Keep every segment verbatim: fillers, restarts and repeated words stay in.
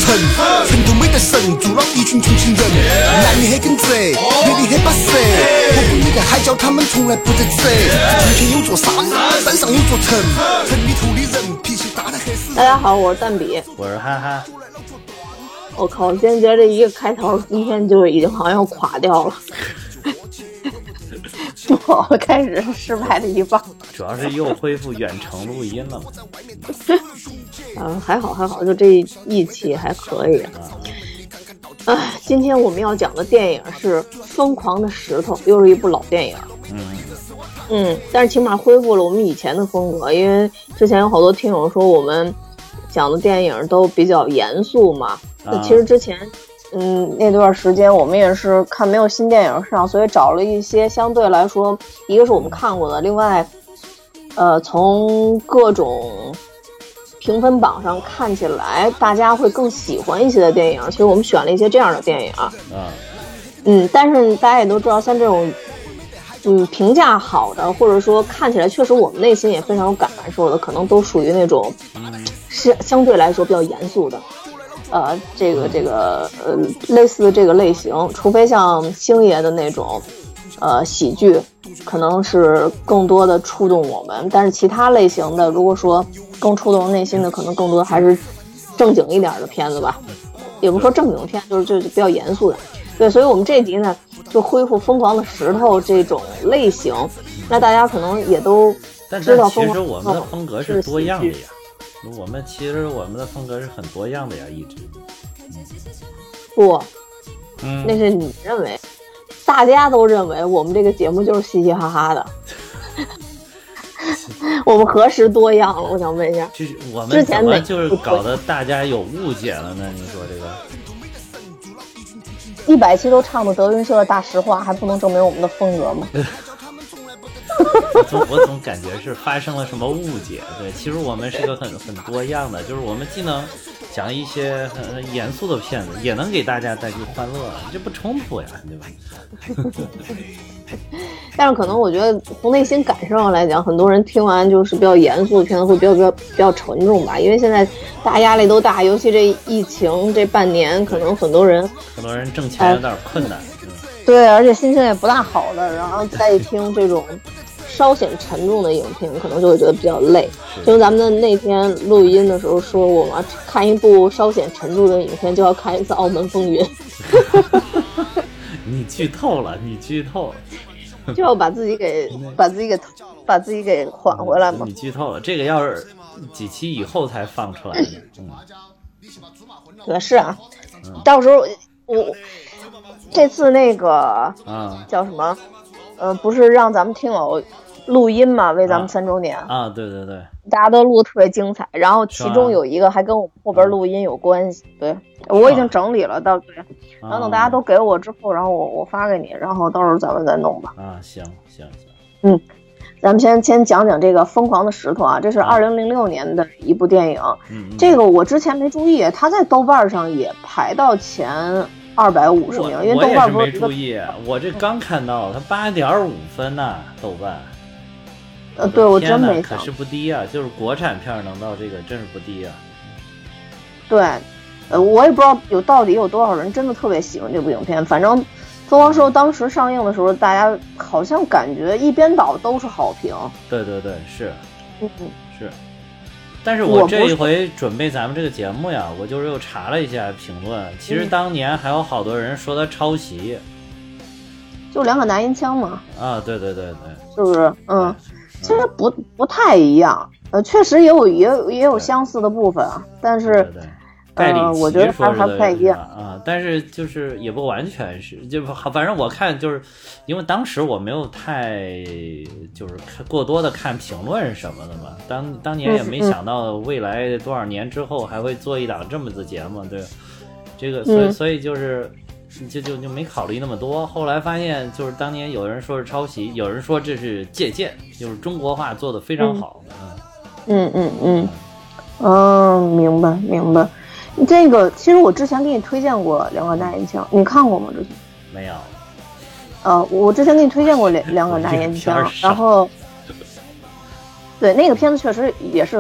成，成都美得神，住了一群重庆人，男的很耿直，女的很巴适，我不你个海椒他们从来不得吃。重庆有座山，山上有座城，城里头的人脾气大得很死。 大家好，我是蛋比， 我是哈哈。 我靠，我今天觉得这一个开头，今天就已经好像要垮掉了。我开始失败的一半， 主要是又恢复远程录音了嘛。 嗯，还好还好，就这一期还可以。啊，今天我们要讲的电影是《疯狂的石头》，又是一部老电影。 嗯嗯，但是起码恢复了我们以前的风格，因为之前有好多听友说我们讲的电影都比较严肃嘛。啊、其实之前。嗯，那段时间我们也是看没有新电影上，所以找了一些相对来说，一个是我们看过的，另外，呃，从各种评分榜上看起来大家会更喜欢一些的电影，其实我们选了一些这样的电影。啊，嗯，但是大家也都知道，像这种嗯评价好的，或者说看起来确实我们内心也非常有感受的，可能都属于那种是相对来说比较严肃的。呃，这个这个呃，类似这个类型，除非像星爷的那种，呃，喜剧，可能是更多的触动我们。但是其他类型的，如果说更触动内心的，可能更多还是正经一点的片子吧。也不说正经片，就是就是比较严肃的。对，所以我们这集呢，就恢复《疯狂的石头》这种类型。那大家可能也都知道， 其实我们的风格是多样的呀。我们其实我们的风格是很多样的呀，一直。 不， 嗯， 那是你认为，大家都认为我们这个节目就是嘻嘻哈哈的。我们何时多样了？我想问一下， 就是我们怎么就是搞得大家有误解了呢？你说这个。 一百期都唱的德云社的大实话，还不能证明我们的风格吗？ 我总我总感觉是发生了什么误解。对，其实我们是个很很多样的，就是我们既能讲一些很严肃的片子，也能给大家带去欢乐，这不冲突呀，对吧？ 但是可能我觉得从内心感受上来讲，很多人听完就是比较严肃的片子会比较比较比较沉重吧，因为现在大家压力都大，尤其这疫情这半年，可能很多人很多人挣钱有点困难。 呃、对，而且心情也不大好的，然后再一听这种稍显沉重的影评，可能就会觉得比较累。就跟咱们的那天录音的时候说过嘛，看一部稍显沉重的影片就要看一次《澳门风云》。 你剧透了，你剧透了， 就要把自己给把自己给把自己给缓回来嘛。 你剧透了，这个要是几期以后才放出来的。嗯， 对，是啊，嗯、到时候我这次那个啊叫什么？呃，不是让咱们听友录音嘛，为咱们三周年啊, 啊，对对对， 大家都录得特别精彩，然后其中有一个还跟我们后边录音有关系，对，我已经整理了，到对，然后等大家都给我之后，然后我我发给你，然后到时候咱们再弄吧。 啊，行行行， 嗯，咱们先先讲讲这个《疯狂的石头》啊，这是二零零六年的一部电影， 嗯， 这个我之前没注意，它在豆瓣上也排到前二百五十名，因为豆瓣不是没注意，我这刚看到它八点五分呐、啊，豆瓣。 呃，对，我真没想，可是不低啊，就是国产片能到这个，真是不低啊。 对，呃，我也不知道有到底有多少人真的特别喜欢这部影片。反正《疯狂石头》当时上映的时候，大家好像感觉一边倒都是好评。 对对对，是， 嗯是。但是我这一回准备咱们这个节目呀，我就是又查了一下评论，其实当年还有好多人说他抄袭， 就两个拿音枪嘛。 啊，对对对对， 是不是？嗯，其实不不太一样，呃，确实也有也有也有相似的部分啊，但是。 对对对盖里奇、 呃、我觉得还还不太一样啊，但是就是也不完全是，就反正我看就是，因为当时我没有太就是过多的看评论什么的嘛，当当年也没想到未来多少年之后还会做一档这么的节目，对，这个所以所以就是就就就没考虑那么多。后来发现就是当年有人说是抄袭，有人说这是借鉴，就是中国话做得非常好。 嗯嗯嗯嗯，明白明白。这个其实我之前给你推荐过《两个大烟枪》，你看过吗？之前没有。 呃，我之前给你推荐过两个大烟枪，然后对那个片子确实也是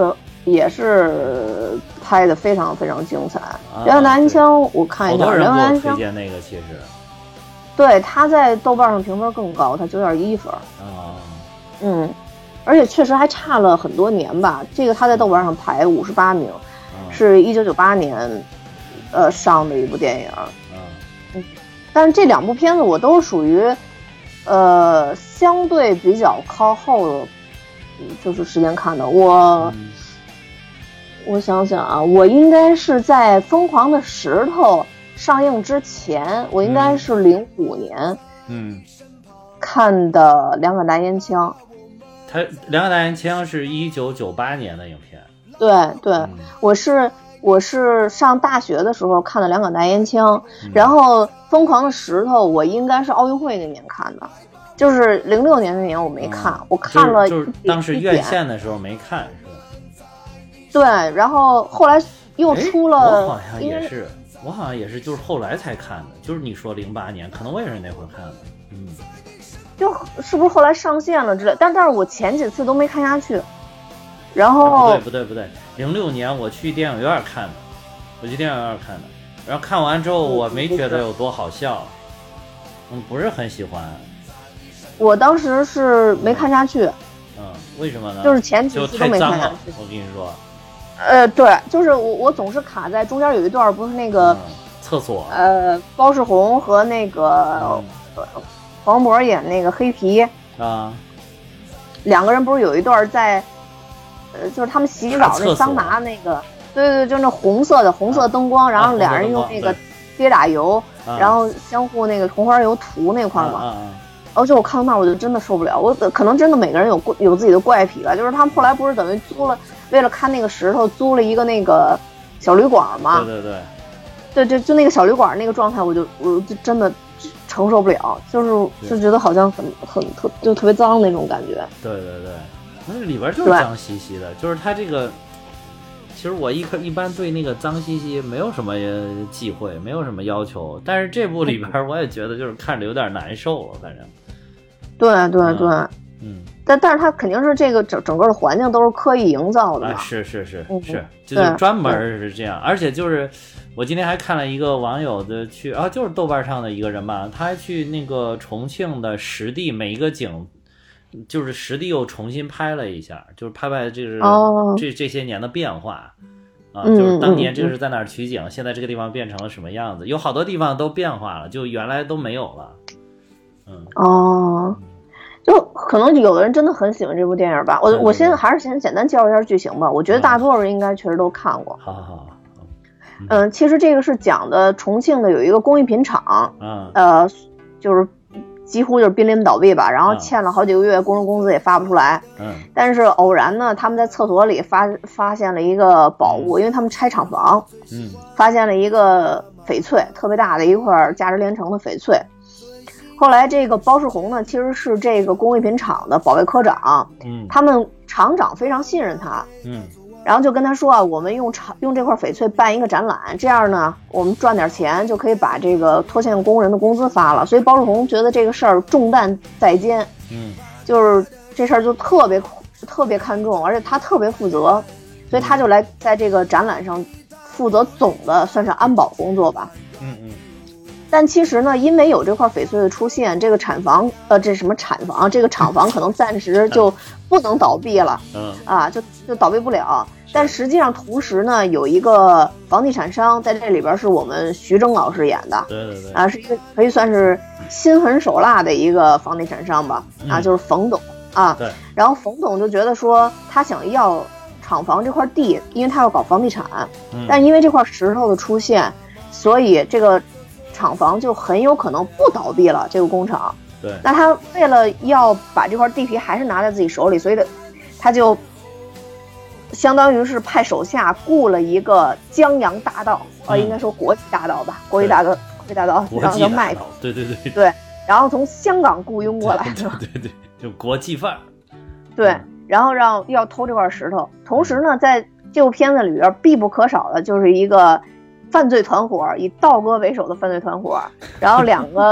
也是拍的非常非常精彩。人海大烟枪我看一下，人海大烟枪推荐那个其实， 对，他在豆瓣上评分更高，他九点一分。 啊， 嗯，而且确实还差了很多年吧。这个他在豆瓣上排五十八名， 嗯、 是一九九八年，呃上的一部电影。 嗯， 嗯，但是这两部片子我都属于，呃，相对比较靠后的，就是时间看的。我， 嗯、 我想想啊，我应该是在《疯狂的石头》上映之前，我应该是零五年， 嗯， 看的《两杆大烟枪》。 他《两杆大烟枪》是一九九八年的影片。 对对、 嗯， 我是我是上大学的时候看的《两杆大烟枪》，嗯，然后《疯狂的石头》我应该是奥运会那年看的，就是零六年那年我没看，嗯、我看了、 就是，就是当时院线的时候没看是吧？ 对，然后后来又出了， 我好像也是，我好像也是，就是后来才看的，就是你说零八年，可能我也是那会儿看的，嗯， 就是不是后来上线了之类，但但是我前几次都没看下去。然后、 啊、不对不对不对，零六年我去电影院看的，我去电影院看的，然后看完之后我没觉得有多好笑，嗯，不是很喜欢。 我当时是没看下去。 嗯，为什么呢？ 就是前几次都没看下去。 我跟你说。 呃，对，就是我我总是卡在中间有一段，不是那个、 嗯、厕所。 呃，包世红和那个、嗯、黄渤演那个黑皮啊， 两个人不是有一段在。呃，就是他们洗澡那桑拿那个，对对，就那红色的红色灯光，啊、然后俩人用那个跌打油，啊、然后相互那个红花油涂那块嘛。 啊啊啊然后就我看到那我就真的受不了，我可能真的每个人有有自己的怪癖吧，就是他们后来不是等于租了，为了看那个石头租了一个那个小旅馆嘛。 对对对， 对就就那个小旅馆那个状态，我就我就真的承受不了，就是就觉得好像很很特就特别脏那种感觉。 对对对。那里边就是脏兮兮的，就是它这个，其实我一一般对那个脏兮兮没有什么忌讳，没有什么要求，但是这部里边我也觉得就是看着有点难受了，反正。 对对对， 嗯， 但但是它肯定是这个整整个的环境都是刻意营造的嘛， 啊、是是是嗯、 是，就是专门是这样，而且就是我今天还看了一个网友的去啊，就是豆瓣上的一个人吧，他还去那个重庆的实地每一个景。就是实地又重新拍了一下，就是拍拍这是、 哦、 这这些年的变化啊， 嗯、 就是当年这个是在哪儿取景、嗯，现在这个地方变成了什么样子，有好多地方都变化了，就原来都没有了。嗯， 哦，就可能有的人真的很喜欢这部电影吧。我我现在还是先简单介绍一下剧情吧。我觉得大多数人应该确实都看过。 好好好。 嗯、呃，其实这个是讲的重庆的有一个工艺品厂， 嗯， 呃，就是。几乎就是濒临倒闭吧，然后欠了好几个月工人工资也发不出来。 嗯， 但是偶然呢，他们在厕所里发发现了一个宝物，因为他们拆厂房， 嗯， 发现了一个翡翠，特别大的一块价值连城的翡翠。后来这个包世红呢，其实是这个工艺品厂的保卫科长， 嗯， 他们厂长非常信任他， 嗯。 然后就跟他说啊，我们用厂用这块翡翠办一个展览，这样呢，我们赚点钱就可以把这个拖欠工人的工资发了。所以包世红觉得这个事儿重担在肩， 嗯， 就是这事儿就特别特别看重，而且他特别负责，所以他就来在这个展览上负责总的算是安保工作吧。 嗯嗯。 但其实呢，因为有这块翡翠的出现，这个产房呃，这什么产房，这个厂房可能暂时就不能倒闭了， 嗯啊，就就倒闭不了。但实际上，同时呢，有一个房地产商在这里边是我们徐峥老师演的， 对对对， 啊，是一个可以算是心狠手辣的一个房地产商吧，啊，就是冯董啊。 对。 然后冯董就觉得说，他想要厂房这块地，因为他要搞房地产， 嗯、 但因为这块石头的出现，所以这个厂房就很有可能不倒闭了。这个工厂， 对。 那他为了要把这块地皮还是拿在自己手里，所以他就。相当于是派手下雇了一个江洋大盗，呃、嗯，应该说国际大盗吧，国际大盗，国际大盗，然后叫麦头， 对对对对，然后从香港雇佣过来的， 对对对，就国际范儿， 对，然后让要偷这块石头，同时呢，在这部片子里边必不可少的就是一个犯罪团伙，以道哥为首的犯罪团伙，然后两个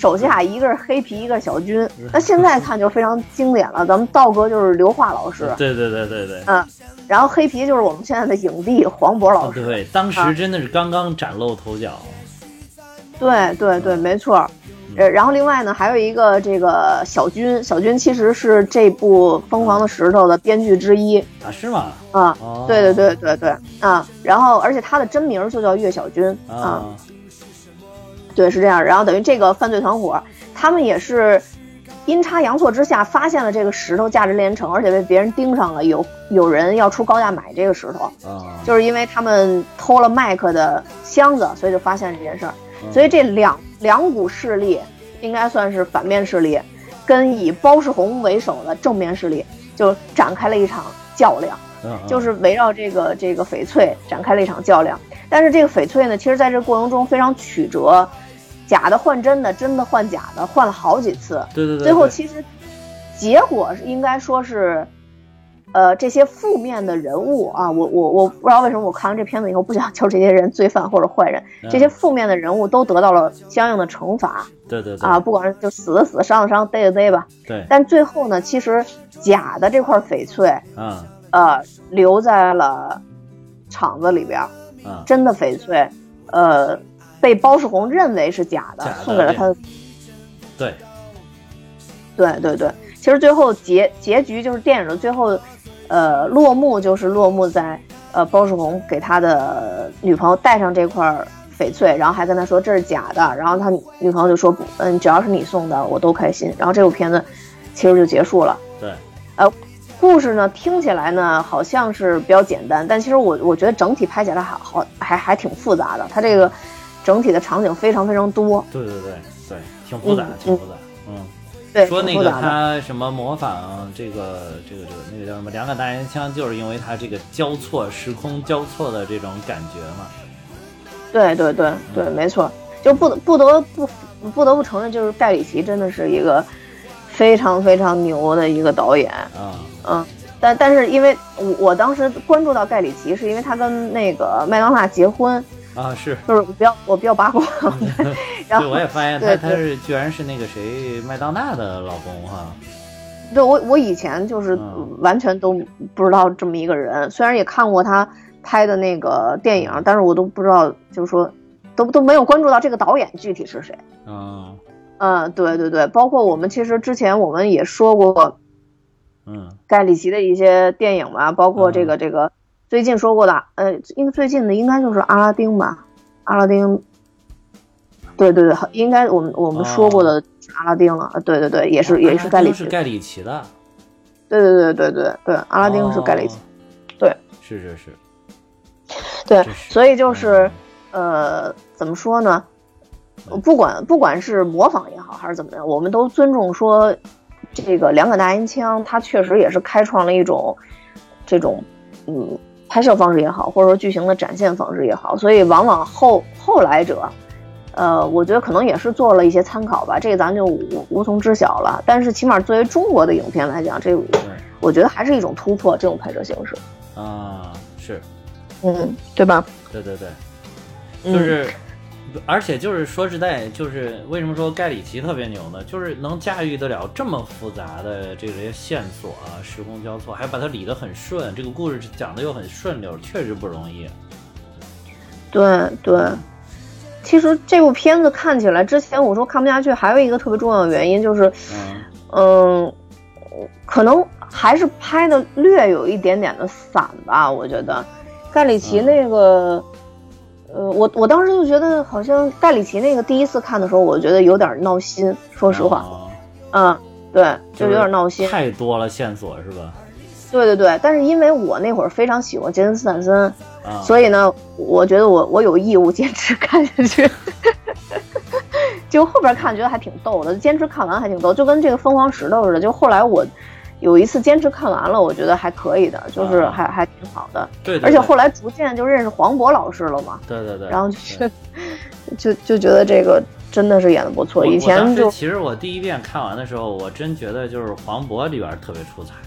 手下一个是黑皮，一个是小军。那现在看就非常经典了，咱们道哥就是刘桦老师， 对对对对对， 嗯，然后黑皮就是我们现在的影帝黄渤老师， 哦、对，当时真的是刚刚崭露头角。 对对对，没错。呃，然后另外呢，还有一个这个小军，小军其实是这部《疯狂的石头》的编剧之一啊，是吗？ 啊， 哦、 对对对对对啊，然后而且他的真名就叫岳小军啊， 啊对，是这样。然后等于这个犯罪团伙，他们也是阴差阳错之下发现了这个石头价值连城，而且被别人盯上了，有有人要出高价买这个石头， 啊， 就是因为他们偷了麦克的箱子，所以就发现这件事儿。所以这两两股势力应该算是反面势力，跟以包世红为首的正面势力就展开了一场较量，就是围绕这个这个翡翠展开了一场较量。但是这个翡翠呢，其实在这个过程中非常曲折，假的换真的，真的换假的，换了好几次。 对对对， 最后其实结果是应该说是。呃，这些负面的人物啊，我我我不知道为什么我看完这片子以后不想叫这些人罪犯或者坏人，嗯、这些负面的人物都得到了相应的惩罚。 对对对， 啊，不管是就死的死，伤的伤，逮的逮吧。 对。 但最后呢，其实假的这块翡翠， 嗯， 呃，留在了厂子里边， 嗯， 真的翡翠，呃，被包世红认为是假的， 假的送给了他。 对。 对对对，其实最后结结局就是电影的最后。呃，落幕就是落幕在呃包世红给他的女朋友戴上这块翡翠，然后还跟他说这是假的，然后他女朋友就说嗯，只要是你送的我都开心。然后这部片子其实就结束了。 对， 呃，故事呢听起来呢好像是比较简单，但其实我我觉得整体拍起来还好还还挺复杂的。它这个整体的场景非常非常多。 对对对对，挺复杂，嗯、挺复杂，嗯。 对， 说那个他什么模仿这个这个这个那个叫什么两杆大烟枪，就是因为他这个交错时空交错的这种感觉嘛。 对对对对，嗯、没错，就不得不得不不得不承认，就是盖里奇真的是一个非常非常牛的一个导演啊， 嗯，但但是因为我我当时关注到盖里奇，是因为他跟那个麦当娜结婚。 啊，是， 就是我比较我比较八卦，然后对，我也发现他他是居然是那个谁麦当娜的老公哈。 对，我我以前就是完全都不知道这么一个人，嗯、虽然也看过他拍的那个电影，但是我都不知道，就是说都都没有关注到这个导演具体是谁。 嗯嗯，对对对，包括我们其实之前我们也说过， 嗯， 盖里奇的一些电影嘛，包括这个、嗯、这个。最近说过的，呃，应最近的应该就是阿拉丁吧，阿拉丁，对对对，应该我们我们说过的阿拉丁了，哦、对对对，也是、哦、也是盖里奇， 是盖里奇的， 对对对对对对，阿拉丁是盖里奇，哦、对， 是是是， 对，所以就是、嗯、呃，怎么说呢？不管不管是模仿也好，还是怎么样，我们都尊重说，这个两杆大烟枪，它确实也是开创了一种这种嗯。拍摄方式也好，或者说剧情的展现方式也好，所以往往后后来者，呃，我觉得可能也是做了一些参考吧，这个咱就无无从知晓了。但是起码作为中国的影片来讲，这我觉得还是一种突破，这种拍摄形式啊，是， 嗯，对吧？ 对对对，就是。嗯而且就是说实在，就是为什么说盖里奇特别牛呢？就是能驾驭得了这么复杂的这些线索啊，时空交错，还把它理得很顺，这个故事讲得又很顺溜，确实不容易。 对对，其实这部片子看起来，之前我说看不下去，还有一个特别重要的原因就是，嗯，嗯可能还是拍的略有一点点的散吧，我觉得盖里奇那个。嗯呃，我我当时就觉得好像盖里奇那个第一次看的时候，我觉得有点闹心，说实话， 哦、 嗯，对，就有点闹心， 太多了线索是吧？ 对对对，但是因为我那会儿非常喜欢杰森斯坦森， 啊、 所以呢，我觉得我我有义务坚持看下去。就后边看觉得还挺逗的，坚持看完还挺逗，就跟这个疯狂石头似的。就后来我有一次坚持看完了，我觉得还可以的，就是还、啊、还挺好的。 对, 对, 对， 而且后来逐渐就认识黄渤老师了嘛。 对对对。 然后就是就就觉得这个真的是演的不错。以前就其实我第一遍看完的时候，我真觉得就是黄渤里边特别出彩。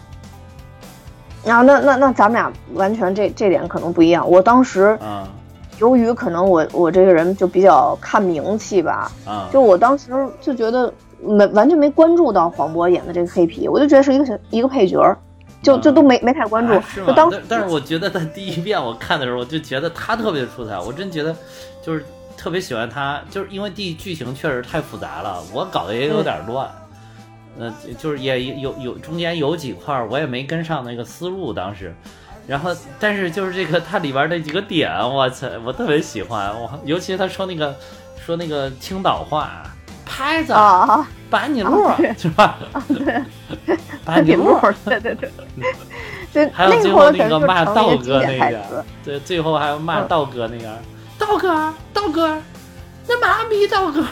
然后那那那咱们俩完全这这点可能不一样。我当时， 嗯， 由于可能我我这个人就比较看名气吧， 啊， 就我当时就觉得没完全没关注到黄渤演的这个黑皮，我就觉得是一个一个配角，就就都没没太关注。 啊、是吗？ 就当但但是我觉得他第一遍我看的时候，我就觉得他特别出彩，我真觉得就是特别喜欢他，就是因为第剧情确实太复杂了，我搞得也有点乱。嗯、呃，就是也有有中间有几块我也没跟上那个思路，当时，然后但是就是这个它里边那几个点，我操，我特别喜欢，我尤其他说那个说那个青岛话，拍子啊， 板你路、啊、是吧？ 啊，对， 板你路， 对对对，对， 还有最后那个骂道哥那个，对，最后还有骂道哥那个，嗯、道哥，道哥，那妈咪道哥。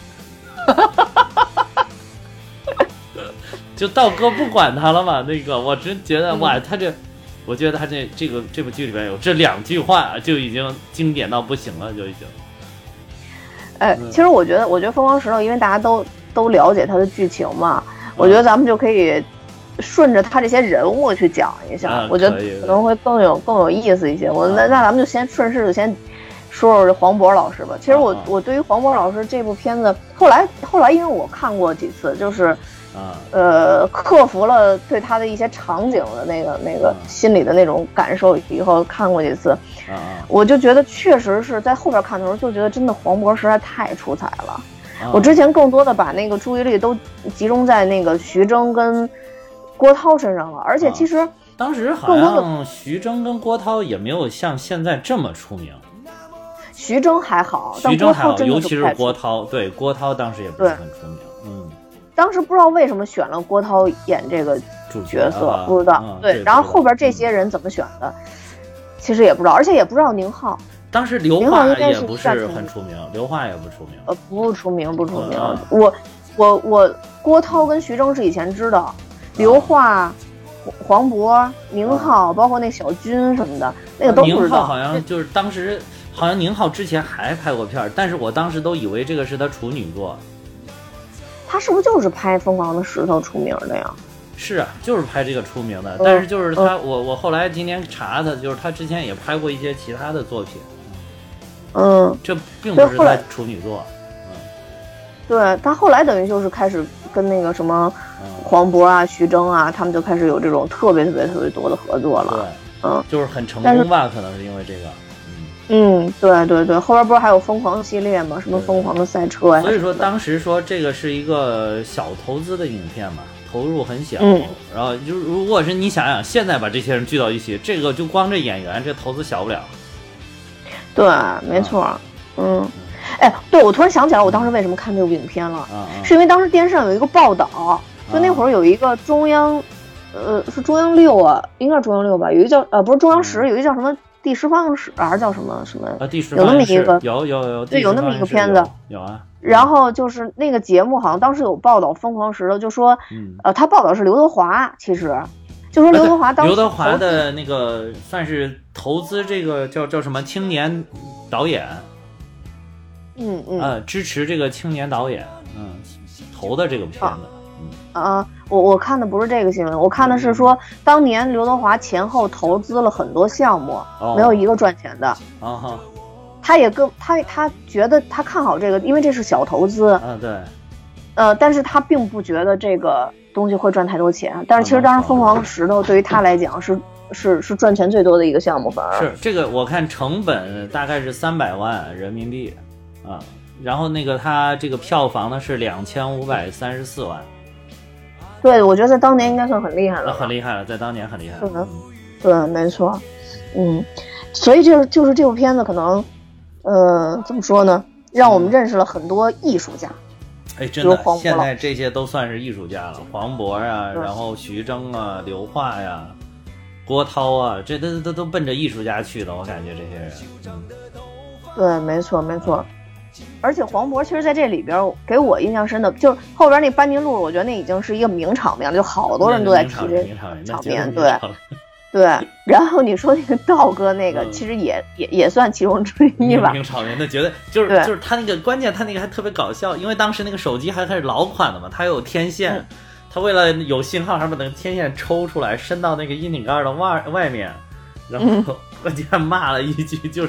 就道哥不管他了嘛，那个我真觉得哇，他这，我觉得他这这个这部剧里边有这两句话就已经经典到不行了，就已经。 哎，其实我觉得，我觉得《疯狂石头》，因为大家都都了解它的剧情嘛，嗯、我觉得咱们就可以顺着他这些人物去讲一下， 啊、 我觉得可能会更有更有意思一些。我那那咱们就先顺势就先说说黄渤老师吧。其实我、啊、我对于黄渤老师这部片子，后来后来因为我看过几次，就是。 啊， 呃，克服了对他的一些场景的那个那个心理的那种感受以后，看过几次， 啊， 我就觉得确实是在后边看的时候就觉得真的黄渤实在太出彩了。 啊、 我之前更多的把那个注意力都集中在那个徐峥跟郭涛身上了，而且其实、啊、 当时好像徐峥跟郭涛也没有像现在这么出名。 徐峥还好， 徐峥还好， 但郭涛真的尤其是郭涛，对郭涛当时也不是很出名，嗯。 当时不知道为什么选了郭涛演这个角色， 啊、 不知道。 啊、 对，然后后边这些人怎么选的，嗯、其实也不知道，而且也不知道宁浩。 当时刘桦也不是很出名，刘桦也不出名。 呃，不出名，不出名。 啊、 我，我，我，郭涛跟徐峥是以前知道，刘桦、黄渤、宁浩，啊、包括那小军什么的，那个都不知道。 宁浩好像就是当时，好像宁浩之前还拍过片，但是我当时都以为这个是他处女作。 他是不是就是拍《疯狂的石头》出名的呀？ 是啊，就是拍这个出名的。嗯、但是就是他， 嗯、 我我后来今天查他，就是他之前也拍过一些其他的作品。 嗯， 这并不是他处女作。 嗯，对他后来等于就是开始跟那个什么黄渤啊、徐峥啊，他们就开始有这种特别特别特别多的合作了。 对， 嗯， 就是很成功吧，可能是因为这个。 嗯，对对对，后边不是还有疯狂系列吗？什么疯狂的赛车呀？ 所以说当时说这个是一个小投资的影片嘛，投入很小。 嗯， 然后就如果是你想想，现在把这些人聚到一起，这个就光这演员，这投资小不了。 对，没错。啊、嗯，哎，对，我突然想起来，我当时为什么看这部影片了？ 啊、 是因为当时电视上有一个报道，就那会儿有一个中央，呃，是中央六啊，应该是中央六吧，有一个叫呃，不是中央十，有一个叫什么？第十方室还是叫什么什么？ 啊，第十有那么一个， 有有有， 对，有那么一个片子， 有, 有啊。 然后就是那个节目，好像当时有报道疯狂石头，就说， 嗯、 呃，他报道是刘德华，其实就说刘德华当时刘德华的那个算是投资这个叫叫什么青年导演， 嗯嗯， 呃，支持这个青年导演，嗯，投的这个片子。啊啊，我我看的不是这个新闻，我看的是说，当年刘德华前后投资了很多项目， 哦、 没有一个赚钱的。 啊哈， 他也跟他他觉得他看好这个，因为这是小投资。 啊，对。 呃，但是他并不觉得这个东西会赚太多钱。但是其实当时疯狂石头对于他来讲是是是赚钱最多的一个项目，反而是这个我看成本大概是三百万人民币啊，然后那个他这个票房呢是两千五百三十四万。 对，我觉得在当年应该算很厉害了， 很厉害了，在当年很厉害了。 嗯，对，没错，嗯，所以就是就是这部片子可能，呃，怎么说呢，让我们认识了很多艺术家。 哎，真的，现在这些都算是艺术家了，黄渤啊，然后徐峥啊，刘桦呀，郭涛啊，这都都都奔着艺术家去的，我感觉这些人。嗯， 对，没错，没错。而且黄渤其实在这里边给我印象深的，就是后边那班尼路，我觉得那已经是一个名场面了，就好多人都在提这场面。对，对。然后你说那个道哥那个，嗯、其实也也也算其中之一吧。 名场面，那觉得就是就是他那个关键，他那个还特别搞笑，因为当时那个手机还是老款的嘛，它有天线，嗯、他为了有信号，还把那个天线抽出来，伸到那个窨井盖的外外面，然后关键骂了一句就是。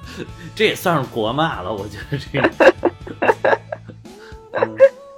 这也算是国骂了，我觉得这个。嗯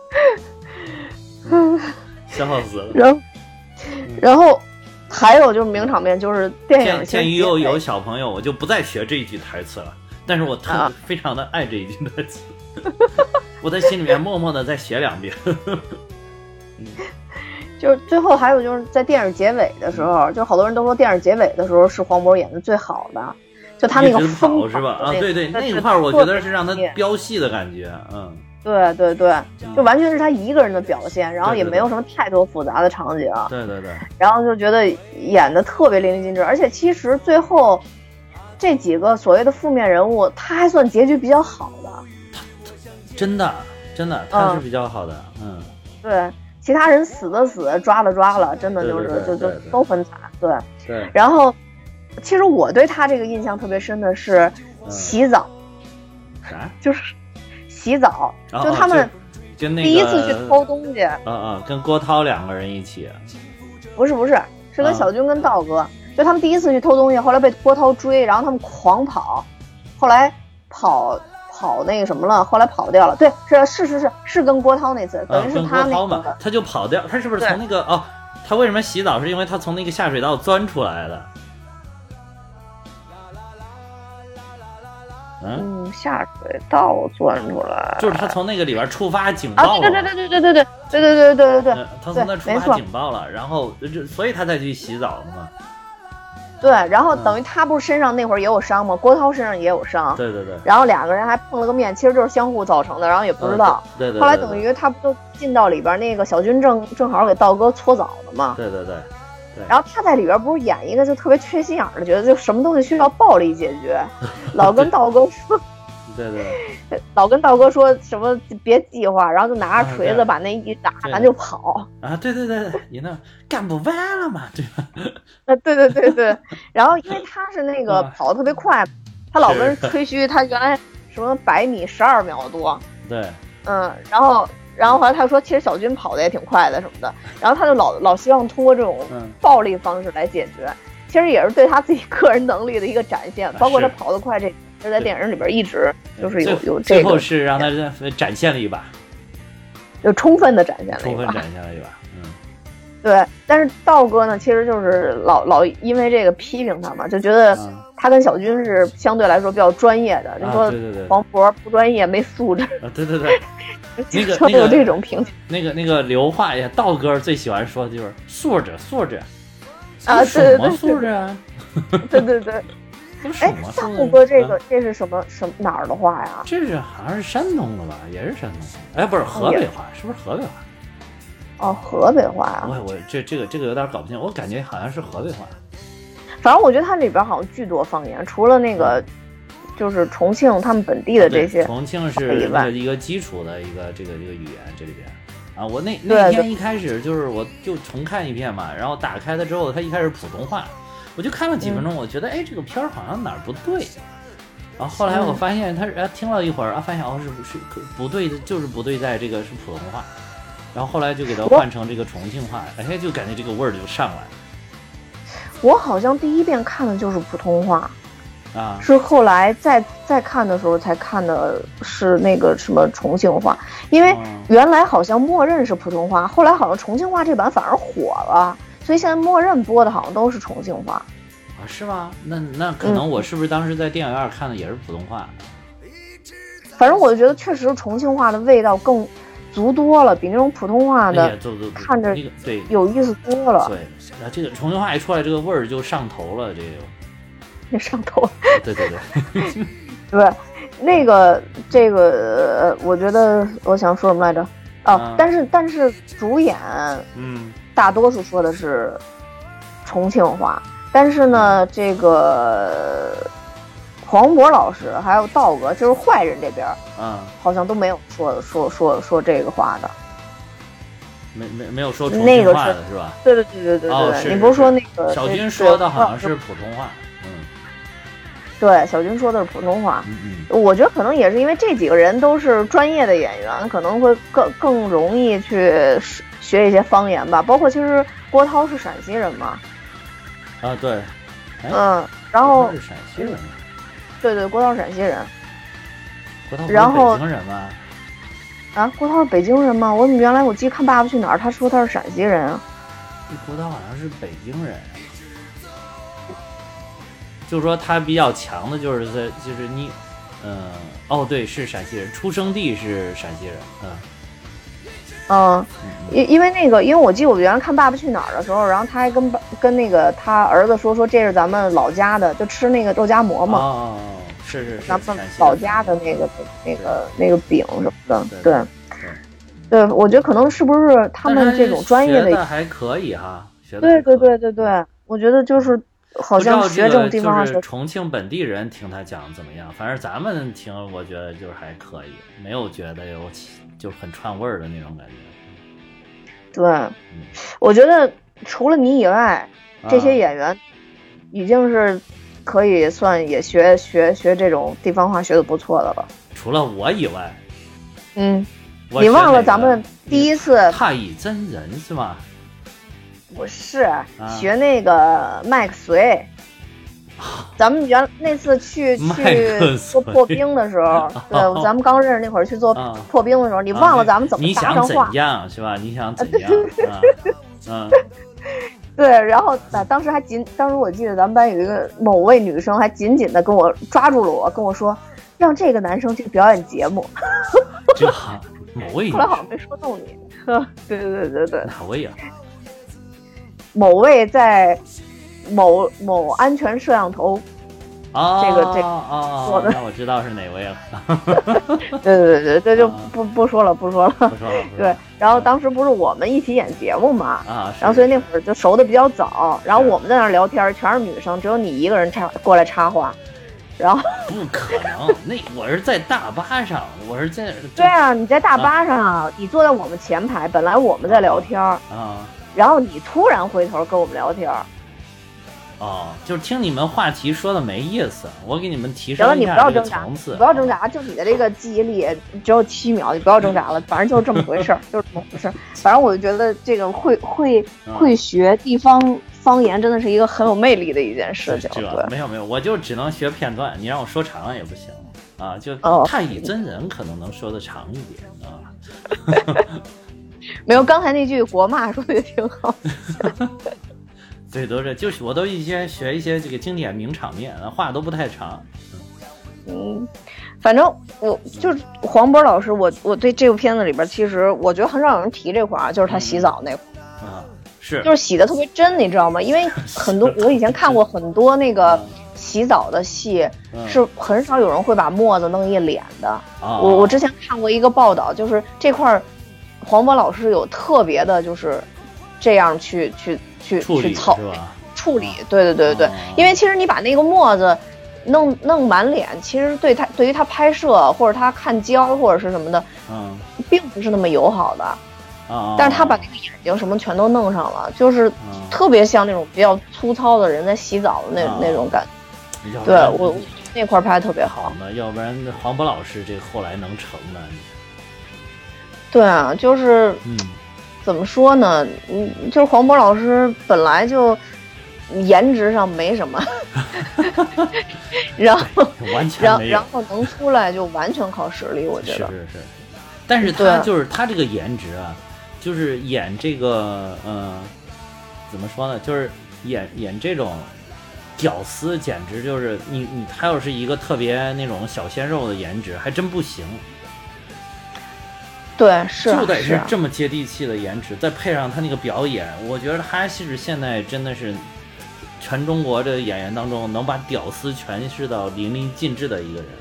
嗯、笑死了。 然后，然后还有就是名场面，就是电影。 鉴于又有小朋友，我就不再学这一句台词了。但是我特、啊、非常的爱这一句台词，我在心里面默默的再学两遍。嗯， 就是最后还有就是在电影结尾的时候，嗯、就好多人都说电影结尾的时候是黄渤演的最好的，就他那个疯跑是吧？啊，对对，那一块我觉得是让他飙戏的感觉，嗯。 对对对，就完全是他一个人的表现，然后也没有什么太多复杂的场景。 对对对。 然后就觉得演的特别淋漓尽致，而且其实最后这几个所谓的负面人物，他还算结局比较好的。 真的真的，他是比较好的，嗯。 嗯对，其他人死的死，抓了抓了，真的就是对对对对就就都很惨。对对。 然后，其实我对他这个印象特别深的是洗澡， 嗯、啥？ 就是。洗澡， 哦、 就他们就那第一次去偷东西， 嗯嗯，跟郭涛两个人一起， 不是不是，是跟小军跟道哥，啊、就他们第一次去偷东西，后来被郭涛追，然后他们狂跑，后来跑跑那个什么了，后来跑掉了。对，是是是是是跟郭涛那次，等于是他那个， 啊、他就跑掉，他是不是从那个哦？他为什么洗澡？是因为他从那个下水道钻出来的。 嗯，下水道钻出来， 就是他从那个里边触发警报了。 啊、对对对对对对对对对对对对对对， 他从那触发警报了，然后所以他才去洗澡了嘛。 对，然后等于他不是身上那会儿也有伤吗？郭涛身上也有伤。 对对对。 然后两个人还碰了个面，其实就是相互造成的，然后也不知道。 嗯、对, 对, 对, 对, 对。 后来等于他不就进到里边，那个小军正正好给道哥搓澡呢嘛。 对对对。 然后他在里边不是演一个就特别缺心眼的角色，就什么东西需要暴力解决，老跟道哥说， 对对， 老跟道哥说什么别计划，然后就拿着锤子把那一打，咱就跑啊！对对对，你那干不完了嘛，对吧？ 啊，对对对对。然后因为他是那个跑得特别快，他老跟人吹嘘他原来什么百米十二秒多， 对， 嗯，然后。然后后来他说，其实小军跑的也挺快的什么的，然后他就老老希望通过这种暴力方式来解决，嗯、其实也是对他自己个人能力的一个展现，包括他跑得快这，这在电影里边一直就是有有这个。 最后是让他展现了一把， 就充分的展现了一把， 充分展现了一把，嗯， 对。但是道哥呢，其实就是老老因为这个批评他嘛，就觉得他跟小军是相对来说比较专业的，就说黄渤不专业没素质， 啊，对对对。那个那个有这种评价， 那个那个刘化呀，道哥最喜欢说的就是素质素质啊，对什么素质啊？ 对对对。哎，道哥这个这是什么什么哪儿的话呀？ 这是好像是山东的吧，也是山东的。哎，不是河北话，是不是河北话？ 哦，河北话啊！ 我我这这个这个有点搞不清，我感觉好像是河北话。 反正我觉得它里边好像巨多方言，除了那个。就是重庆他们本地的这些， 啊、重庆是一个一个基础的一个这个这个语言这里边啊，我那那天一开始就是我就重看一遍嘛，然后打开了之后，它一开始普通话，我就看了几分钟，嗯、我觉得哎这个片儿好像哪儿不对，然后后来我发现他啊听了一会儿啊，发现哦是是不对的，就是不对在这个是普通话，然后后来就给它换成这个重庆话，哎就感觉这个味儿就上来了。 我好像第一遍看的就是普通话。 啊， 是后来再再看的时候才看的是那个什么重庆话，因为原来好像默认是普通话，后来好像重庆话这版反而火了，所以现在默认播的好像都是重庆话。 啊，是吗？那那可能我是不是当时在电影院看的也是普通话？ 嗯、反正我就觉得确实重庆话的味道更足多了，比那种普通话的看着对有意思多了。 对，那这个重庆话一出来，这个味儿就上头了，这个。 那上头， 对对对， 对，那个这个，我觉得我想说什么来着？哦，啊、但是但是主演， 嗯， 大多数说的是重庆话，但是呢，这个黄渤老师还有道哥，就是坏人这边， 嗯， 好像都没有说说说说这个话的。 没没没有说重庆话的是吧？ 对对对对对对， 哦、 你不是说那个小军说的好像是普通话。 对，小军说的是普通话。 嗯嗯， 我觉得可能也是因为这几个人都是专业的演员，可能会更更容易去学一些方言吧。包括其实郭涛是陕西人嘛。 啊，对。 嗯，然后是陕西人。 对对，郭涛是陕西人。 郭涛不是然后北京人吗？ 啊，郭涛是北京人吗？我怎么原来我记得看《爸爸去哪儿》，他说他是陕西人啊。 郭涛好像是北京人。就是说他比较强的就是在就是你，嗯，哦对，是陕西人，出生地是陕西人，嗯。 嗯，因因为那个，因为我记得我原来看《爸爸去哪儿》的时候，然后他还跟跟那个他儿子说说这是咱们老家的，就吃那个肉夹馍嘛。 哦，是是是， 咱们老家的那个那个那个饼什么的，对对对，我觉得可能是不是他们这种专业的还可以哈，学的对对对对对，我觉得就是好像学这种地方就是重庆本地人听他讲怎么样，反正咱们听我觉得就是还可以，没有觉得有就是很串味儿的那种感觉。 对，嗯、我觉得除了你以外，这些演员已经是可以算也学学学这种地方话学的不错的了。 除了我以外， 嗯，你忘了咱们第一次太乙真人是吗？ 不是、啊、学那个麦克隋。咱们原那次去去做破冰的时候，对，咱们刚认识那会儿去做破冰的时候，你忘了咱们怎么搭上话？ 你想怎样是吧？你想怎样？嗯， 对，然后啊，当时还紧，当时我记得咱们班有一个某位女生还紧紧的跟我抓住了我，跟我说让这个男生去表演节目。 这某位， 后来好像没说动你。对对对对对， 哪位啊？ 某位在。某某安全摄像头， 哦， 这个这个哦，那我知道是哪位了。 对对对，这就不不说了，不说了， 不说了。 对，然后当时不是我们一起演节目嘛， 啊， 然后所以那会儿就熟的比较早，然后我们在那聊天，全是女生，只有你一个人插过来插话，然后不可能，那我是在大巴上，我是在对啊，你在大巴上，啊、你坐在我们前排，本来我们在聊天啊，然后你突然回头跟我们聊天。 哦，就是听你们话题说的没意思，我给你们提升一下这个层次。 你不要挣扎，就你的这个记忆力只有七秒，你不要挣扎了。反正就是这么回事儿，就是这么回事儿。反正我就觉得这个会会会学地方方言，真的是一个很有魅力的一件事情。对， 没有没有，我就只能学片段，你让我说长了也不行啊。就太乙真人可能能说的长一点啊。 没有，刚才那句国骂说的也挺好。 对，都是就是我都一些学一些这个经典名场面，话都不太长。 嗯，反正我就是黄渤老师，我我对这部片子里边，其实我觉得很少有人提这块儿，就是他洗澡那块儿、 嗯、啊，是就是洗的特别真，你知道吗？因为很多我以前看过很多那个洗澡的戏， 嗯、 是很少有人会把沫子弄一脸的。 啊、 我我之前看过一个报道，就是这块儿黄渤老师有特别的，就是这样去去。去去操处理，对对对对对、哦，因为其实你把那个沫子弄弄满脸，其实对他对于他拍摄或者他看焦或者是什么的， 嗯， 并不是那么友好的。 啊、哦， 但是他把那个眼睛什么全都弄上了，就是特别像那种比较粗糙的人在洗澡的那、哦、那种感觉。对我我那块拍得特别好。 那要不然黄渤老师这个后来能成呢？ 对啊，就是嗯。 怎么说呢？嗯，就是黄渤老师本来就颜值上没什么，然后完全没有， 然后能出来就完全靠实力，我觉得是是是。但是他就是他这个颜值啊，就是演这个呃，怎么说呢？就是演演这种屌丝，简直就是你你他要是一个特别那种小鲜肉的颜值，还真不行。 对，是就得是这么接地气的颜值，再配上他那个表演，我觉得他是现在真的是全中国的演员当中能把屌丝诠释到淋漓尽致的一个人。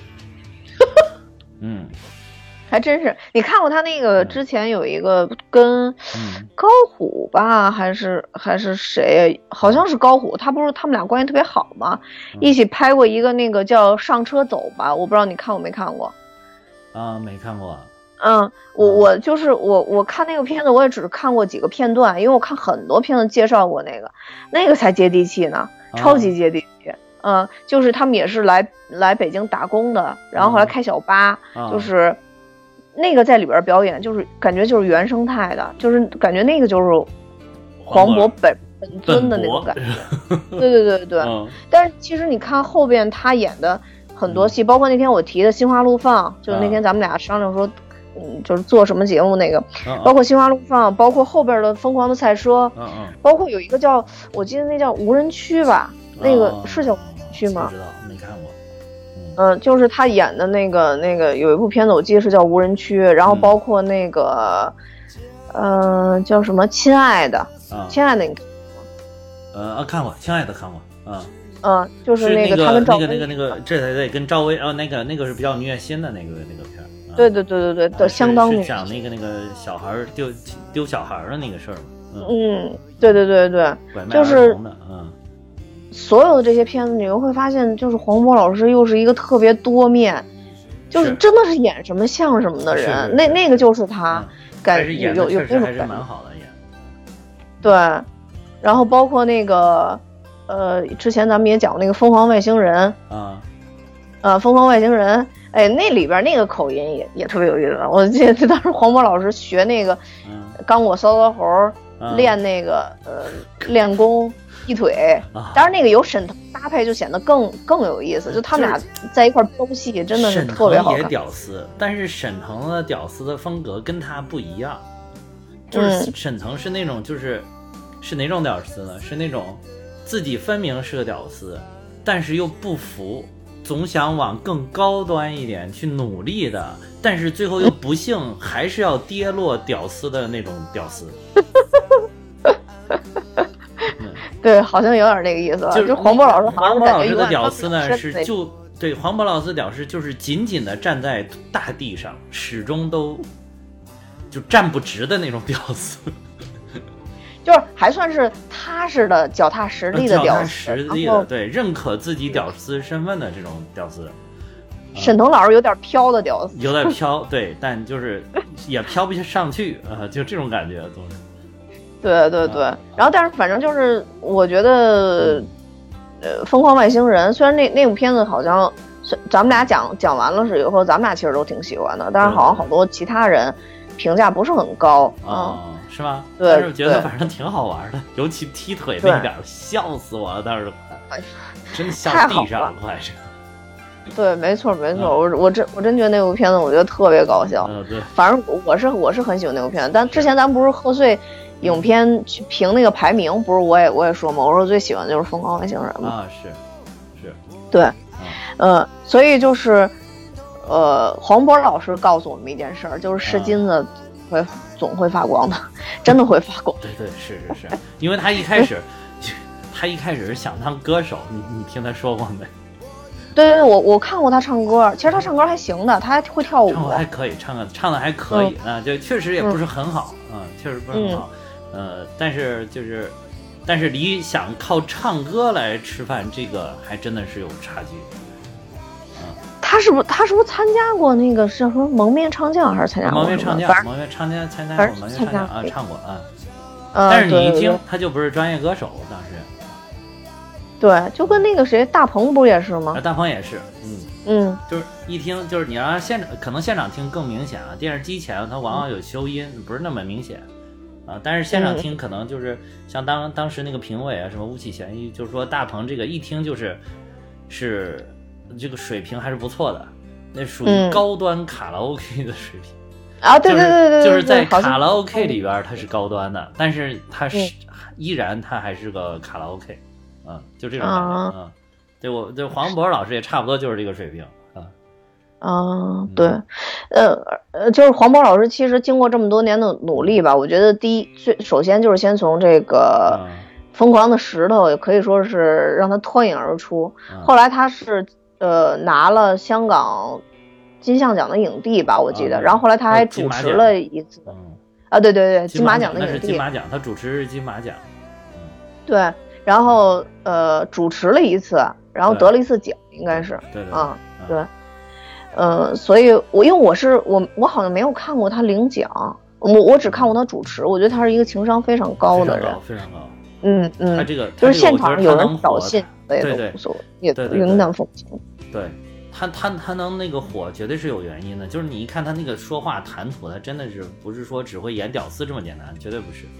嗯， 还真是。你看过他那个之前有一个跟高虎吧，还是还是谁？好像是高虎，他不是他们俩关系特别好吗？一起拍过一个那个叫《上车走吧》，我不知道你看过没看过？ 啊，没看过。 嗯，我我就是我我看那个片子，我也只看过几个片段，因为我看很多片子介绍过那个，那个才接地气呢，超级接地气。嗯，就是他们也是来来北京打工的，然后后来开小巴， 嗯、 就是那个在里边表演，就是感觉就是原生态的，就是感觉那个就是黄渤本本尊的那种感觉。对对对对、嗯。但是其实你看后边他演的很多戏，嗯、包括那天我提的《心花怒放》，就是那天咱们俩商量说，嗯，就是做什么节目那个，嗯、包括《心花怒放》，包括后边的《疯狂的赛车》，嗯嗯，包括有一个叫我记得那叫无人区吧，嗯、那个是叫无人区吗？ 不知道，没看过。 嗯、呃，就是他演的那个那个有一部片子，我记得是叫《无人区》，然后包括那个，嗯、呃，叫什么《亲爱的》啊，《亲爱的》你看过吗？ 呃啊，看过，《亲爱的》看过，嗯嗯，就是那个他跟赵薇那个那个那个，这才对，跟赵薇哦，那个那个是比较虐心的那个那个片儿。 啊、对对对对对，的、啊、相当是讲那个那个小孩丢丢小孩的那个事儿。 嗯, 嗯，对对对对，就是嗯。 所有的这些片子，你又会发现，就是黄渤老师又是一个特别多面，就是真的是演什么像什么的人。那那个就是他，感觉有有那种还是蛮好的演。 对，然后包括那个，呃，之前咱们也讲过那个《疯狂外星人》 啊， 呃，《疯狂外星人》，哎，那里边那个口音也也特别有意思。我记得当时黄渤老师学那个刚果骚骚猴、嗯、练那个呃练功。一腿，当然那个有沈腾搭配就显得更更有意思，就他们俩在一块飙戏，真的是特别好看。 沈腾也屌丝，但是沈腾的屌丝的风格跟他不一样，就是沈腾是那种就是、嗯、是哪种屌丝呢？是那种自己分明是个屌丝，但是又不服，总想往更高端一点去努力的，但是最后又不幸还是要跌落屌丝的那种屌丝。 对，好像有点那个意思了。就是黄渤老师， 黄渤老师的屌丝呢是就对黄渤老师的屌丝就是紧紧的站在大地上，始终都就站不直的那种屌丝， 就是还算是踏实的、脚踏实地的屌丝， 脚踏实地的，对，认可自己屌丝身份的这种屌丝。 沈腾老师有点飘的屌丝， 有点飘，对，但就是也飘不上去啊、呃，就这种感觉总是。 对对对，然后但是反正就是我觉得，呃，疯狂外星人虽然那那部片子好像咱们俩讲讲完了是以后，咱们俩其实都挺喜欢的，但是好像好多其他人评价不是很高啊、嗯，是吗？ 对， 但是觉得反正挺好玩的，尤其踢腿那一点，笑死我了，当时真笑地上了，快是。 对，没错没错，我我真我真觉得那部片子我觉得特别搞笑。 嗯，对， 反正我是我是很喜欢那部片子，但之前咱不是贺岁影片去评那个排名，不是我也我也说嘛，我说最喜欢的就是《疯狂外星人》嘛。 啊，是是， 对，嗯、呃，所以就是，呃，黄渤老师告诉我们一件事儿，就是是金子会、啊、总会发光的，真的会发光。 对对是是是，因为他一开始他一开始是想当歌手，你你听他说过没？ 对对，我我看过他唱歌，其实他唱歌还行的，他还会跳舞， 唱歌还可以，唱的唱的还可以、嗯、啊，就确实也不是很好，嗯，嗯确实不是很好。嗯呃，但是就是，但是离想靠唱歌来吃饭，这个还真的是有差距。嗯， 他是不是他是不是参加过那个是什么蒙面唱将还是参加过？ 蒙面唱将，蒙面唱将参加过蒙面唱将啊，唱过啊。呃、但是你一听，他就不是专业歌手，当时。 对，就跟那个谁大鹏不也是吗？ 啊，大鹏也是，嗯嗯， 就是一听就是你让现场，可能现场听更明显啊，电视机前它往往有修音，嗯、不是那么明显。啊，但是现场听可能就是像当当时那个评委啊，什么巫启贤一，就是说大鹏这个一听就是是这个水平还是不错的，那属于高端卡拉 OK 的水平、 嗯、啊，对对对对， 就是在卡拉 OK 里边它是高端的，但是它是、嗯、依然它还是个卡拉 OK， 啊，就这种感觉啊、嗯，对我对黄渤老师也差不多就是这个水平。 啊，对，呃呃，就是黄渤老师，其实经过这么多年的努力吧，我觉得第一，最首先就是先从这个疯狂的石头，也可以说是让他脱颖而出。后来他是呃拿了香港金像奖的影帝吧，我记得，然后后来他还主持了一次，啊，对对对，金马奖的影帝， 那是金马奖，他主持是金马奖， 对，然后呃主持了一次，然后得了一次奖，应该是， 对对啊，对。呃，所以我因为我是我我好像没有看过他领奖，我我只看过他主持，我觉得他是一个情商非常高的人， 非常高， 嗯嗯， 他这个就是现场有人挑衅，也都无所谓，也云淡风轻。 对他他他能那个火，绝对是有原因的，就是你一看他那个说话谈吐，他真的是不是说只会演屌丝这么简单，绝对不是。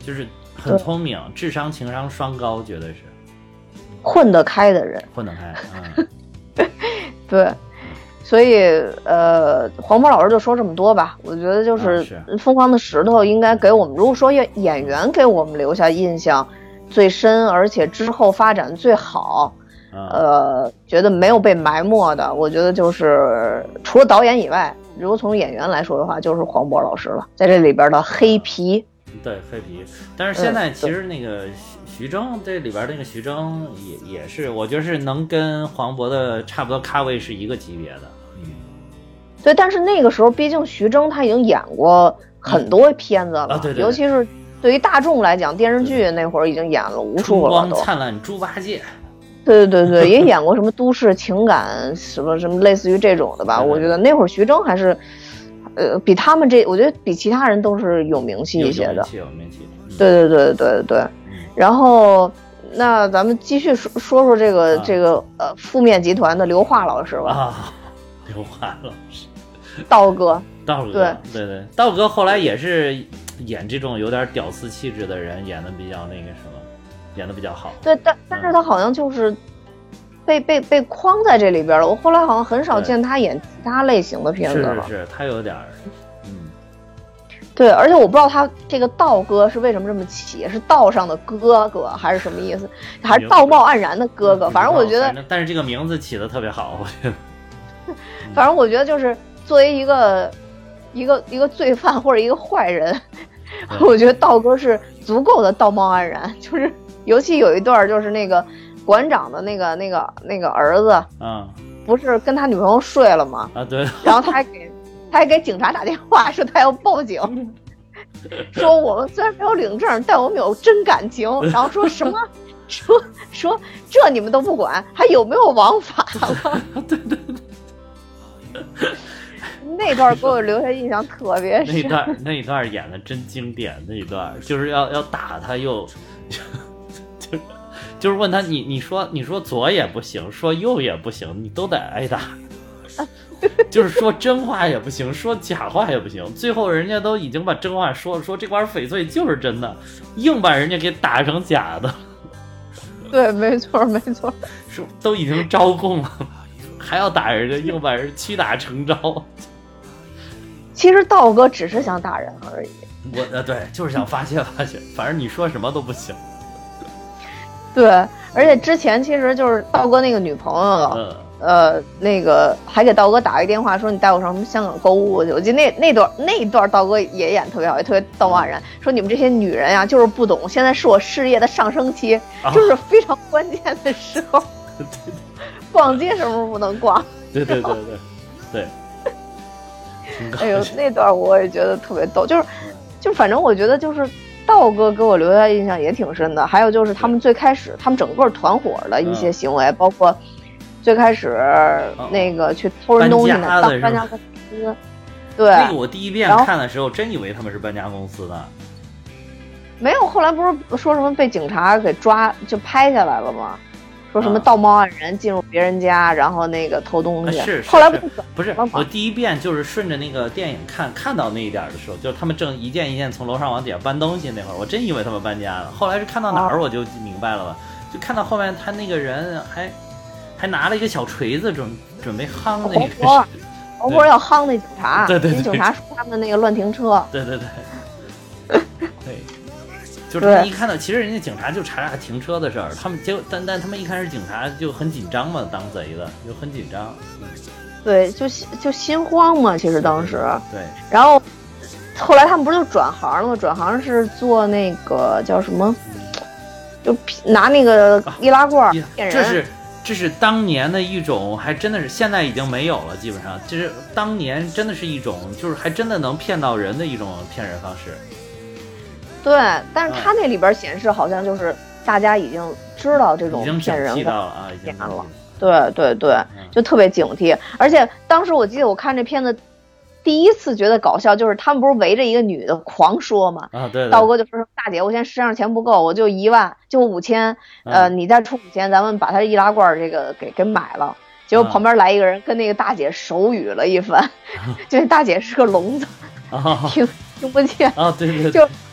就是很聪明，智商情商双高，绝对是混得开的人， 混得开。嗯， 对。所以，呃，黄渤老师就说这么多吧。我觉得就是《疯狂的石头》应该给我们，如果说演员给我们留下印象最深，而且之后发展最好，呃，觉得没有被埋没的，我觉得就是除了导演以外，如果从演员来说的话，就是黄渤老师了，在这里边的黑皮。 对，黑皮。但是现在其实那个徐峥这里边那个徐峥也也是，我觉得是能跟黄渤的差不多咖位是一个级别的。嗯， 对，但是那个时候毕竟徐峥他已经演过很多片子了， 嗯啊、对对对， 尤其是对于大众来讲，电视剧那会儿已经演了无数了， 春光灿烂猪八戒。 对对对对，也演过什么都市情感什么什么类似于这种的吧。我觉得那会儿徐峥还是，呃，比他们这，我觉得比其他人都是有名气一些的。 有名气，嗯、 对对对对对。然后，那咱们继续说说说这个、啊、这个呃负面集团的刘华老师吧。 啊，刘华老师， 道哥， 道哥，对对对，道哥后来也是演这种有点屌丝气质的人，演的比较那个什么，演的比较好。对， 但但是他好像就是被、嗯、被被框在这里边了。我后来好像很少见他演其他类型的片子了。 是是是，他有点。 对，而且我不知道他这个道哥是为什么这么起，是道上的哥哥还是什么意思，还是道貌岸然的哥哥？反正我觉得， 但是这个名字起得特别好，我觉得。 反正我觉得就是作为一个一个一个罪犯或者一个坏人，我觉得道哥是足够的道貌岸然。就是尤其有一段就是那个馆长的那个那个那个儿子， 嗯， 不是跟他女朋友睡了吗？ 啊，对。 然后他还给。他还给警察打电话说他要报警，说我们虽然没有领证，但我们有真感情。然后说什么？说说这你们都不管，还有没有王法了？ 对对对， 那段给我留下印象特别深。 那段那一段演的真经典，那一段就是要要打他又就就是问他你你说你说左也不行，说右也不行，你都得挨打。就是说真话也不行，说假话也不行，最后人家都已经把真话说了，说这块翡翠就是真的，硬把人家给打成假的。 对，没错没错， 说都已经招供了，还要打人家，硬把人屈打成招。 其实道哥只是想打人而已。 我呃对，就是想发泄发泄，反正你说什么都不行。 对，而且之前其实就是道哥那个女朋友。嗯呃，那个还给道哥打一电话，说你带我上什么香港购物去。我记得那那段那一段道哥也演特别好，也特别道貌岸然，说你们这些女人呀、啊，就是不懂，现在是我事业的上升期，啊、就是非常关键的时候。对对逛街什么时候不能逛？ 对对对对对。 哎呦，那段我也觉得特别逗，就是就反正我觉得就是道哥给我留下印象也挺深的。还有就是他们最开始他们整个团伙的一些行为，嗯、包括。最开始那个去偷人东西呢，当搬家公司。对， 那个我第一遍看的时候，真以为他们是搬家公司的。 没有，后来不是说什么被警察给抓，就拍下来了吗？说什么道貌岸然进入别人家，然后那个偷东西。 啊、是， 后来不是不是？我第一遍就是顺着那个电影看，看到那一点的时候，就是他们正一件一件从楼上往底下搬东西那会儿，我真以为他们搬家了。后来是看到哪儿我就明白了吧？就看到后面他那个人还。还拿了一个小锤子准准备夯那个， 黄渤要夯那警察， 对对对， 警察说他们那个乱停车， 对对对，对，就是他们一看到，其实人家警察就查查停车的事儿，他们结果但但他们一开始警察就很紧张嘛，当贼的就很紧张， 对，就就心慌嘛，其实当时， 对， 然后后来他们不是就转行了吗？转行是做那个叫什么，就拿那个易拉罐骗人， 这是。这是当年的一种，还真的是现在已经没有了，基本上这是当年真的是一种，就是还真的能骗到人的一种骗人方式。 对，但是他那里边显示好像就是大家已经知道这种骗人了啊，已经了。对对对，就特别警惕。而且当时我记得我看这片子。第一次觉得搞笑，就是他们不是围着一个女的狂说嘛？ 啊，对。 道哥就说：“大姐，我现在身上钱不够，我就一万，就五千，呃，你再出五千，咱们把他易拉罐这个给给买了。”结果旁边来一个人跟那个大姐手语了一番，啊、就那大姐是个聋子，啊、听听不见啊，对对对， 就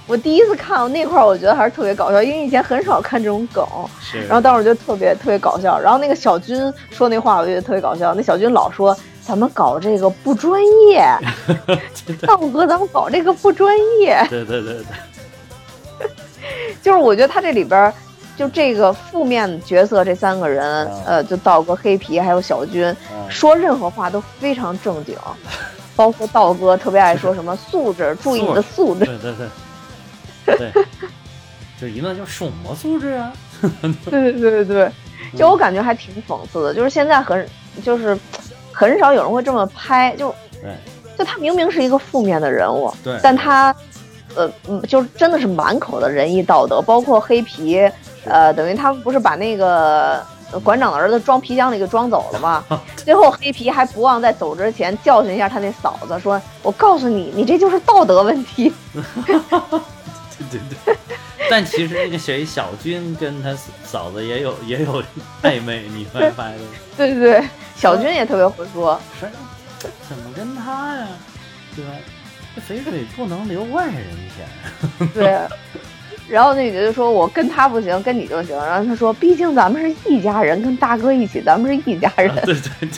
我第一次看到那块儿，我觉得还是特别搞笑，因为以前很少看这种梗。 是。 然后当时我觉得特别特别搞笑。然后那个小军说那话，我觉得特别搞笑。那小军老说咱们搞这个不专业，道哥咱们搞这个不专业。 对对对对。 就是我觉得他这里边就这个负面角色这三个人， 嗯、 呃，就道哥、黑皮还有小军，嗯、说任何话都非常正经。包括道哥特别爱说什么素质，注意你的素质。 对对对，对，就一顿就什么素质啊？ 对对对对对，就我感觉还挺讽刺的，就是现在很就是很少有人会这么拍，就对， 就他明明是一个负面的人物， 对， 但他呃就真的是满口的仁义道德，包括黑皮，呃，等于他们不是把那个。馆长的儿子装皮箱里给装走了嘛？最后黑皮还不忘在走之前教训一下他那嫂子，说：“我告诉你，你这就是道德问题。” 对对对。但其实那个谁小军跟他嫂子也有也有暧昧，你会发现？ 对对对，小军也特别会说。 是，怎么跟他呀？对吧？这肥水不能流外人田。 对。然后那女的就说：“我跟他不行，跟你就行。”然后他说：“毕竟咱们是一家人，跟大哥一起，咱们是一家人。” 啊、对对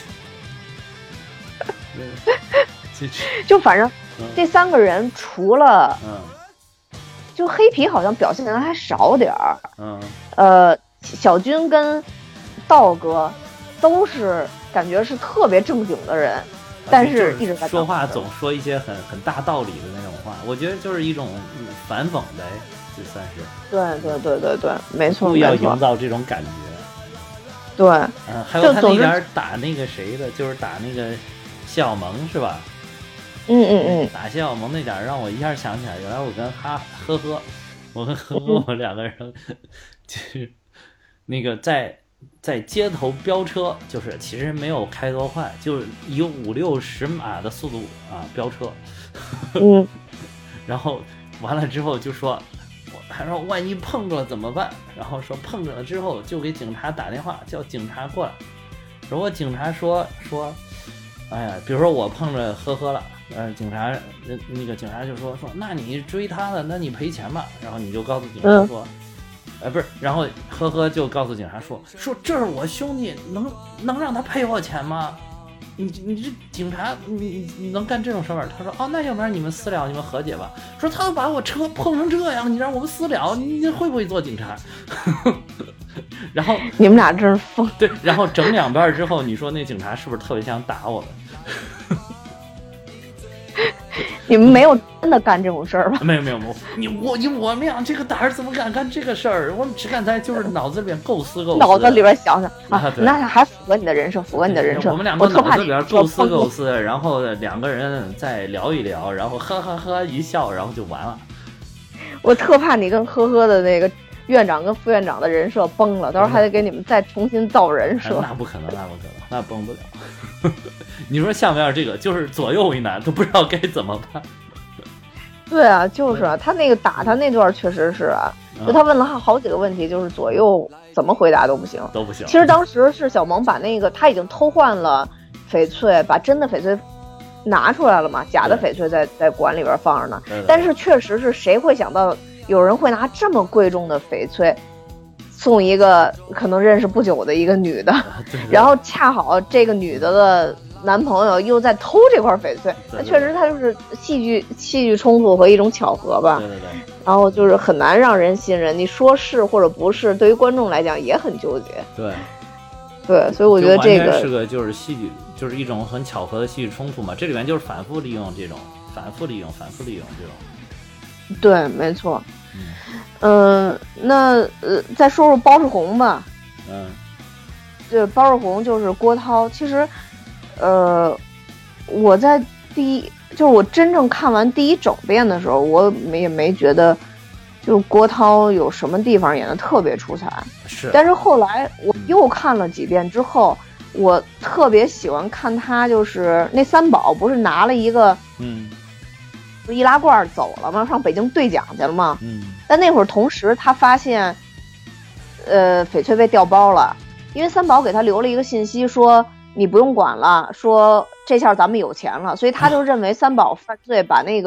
对。 就反正、嗯、这三个人除了， 嗯， 就黑皮好像表现的还少点儿。 嗯。 呃，小军跟道哥都是感觉是特别正经的人，啊、但是一直在说话总说一些很很大道理的那种话，我觉得就是一种反讽呗。就算是对对对对对，没错， 不要营造这种感觉。 对， 嗯，还有他那点打那个谁的，就是打那个谢小萌是吧？ 嗯嗯嗯， 打谢小萌那点让我一下想起来，原来我跟哈呵呵，我跟呵呵我们两个人就是那个在在街头飙车，就是其实没有开多快，就是以五六十码的速度啊飙车。 嗯， 然后完了之后就说。还说万一碰着了怎么办？然后说碰着了之后就给警察打电话，叫警察过来。如果警察说说，哎呀，比如说我碰着呵呵了，呃，警察那那个警察就说说，那你追他了，那你赔钱吧。然后你就告诉警察说，哎、嗯，不是，然后呵呵就告诉警察说说这是我兄弟，能能让他赔我钱吗？你你这警察，你你能干这种事儿？他说哦，那要不然你们私了，你们和解吧。说他把我车碰成这样，你让我们私了，你你会不会做警察？然后你们俩真是疯。 对，然后整两遍之后，你说那警察是不是特别想打我们？ 你们没有真的干这种事儿吧？ 没有没有没有，你我你我们俩这个胆儿怎么敢干这个事儿？我们只敢在就是脑子里边构思构思， 脑子里边想想啊， 啊那还符合你的人设，符合你的人设。 我们两个脑子里边构思构思，然后两个人再聊一聊，然后呵呵呵一笑，然后就完了。 我特怕你跟呵呵的那个院长跟副院长的人设崩了，到时候还得给你们再重新造人设。 那不可能，那不可能，那崩不了。你说像不像这个？就是左右为难，都不知道该怎么办。 对啊，就是啊，他那个打他那段确实是啊，就他问了他好几个问题，就是左右怎么回答都不行， 都不行。 其实当时是小萌把那个他已经偷换了翡翠，把真的翡翠拿出来了嘛，假的翡翠在在馆里边放着呢。但是确实是谁会想到有人会拿这么贵重的翡翠送一个可能认识不久的一个女的， 对对， 然后恰好这个女的的男朋友又在偷这块翡翠，那确实它就是戏剧戏剧冲突和一种巧合吧。 对对对。 然后就是很难让人信任，你说是或者不是，对于观众来讲也很纠结。 对。 对，所以我觉得这个是个就是戏剧，就是一种很巧合的戏剧冲突嘛。这里面就是反复利用这种，反复利用，反复利用这种。 对，没错。嗯，呃、那呃，再说说包世红吧。 嗯。 对，包世红就是郭涛，其实。呃，我在第一，就是我真正看完第一整遍的时候，我没也没觉得，就是郭涛有什么地方演得特别出彩。 是。但是后来我又看了几遍之后，我特别喜欢看他，就是那三宝不是拿了一个， 嗯， 易拉罐走了吗？上北京兑奖去了吗？ 嗯。 但那会儿同时他发现，呃，翡翠被调包了，因为三宝给他留了一个信息说。你不用管了，说这下咱们有钱了，所以他就认为三宝犯罪把那个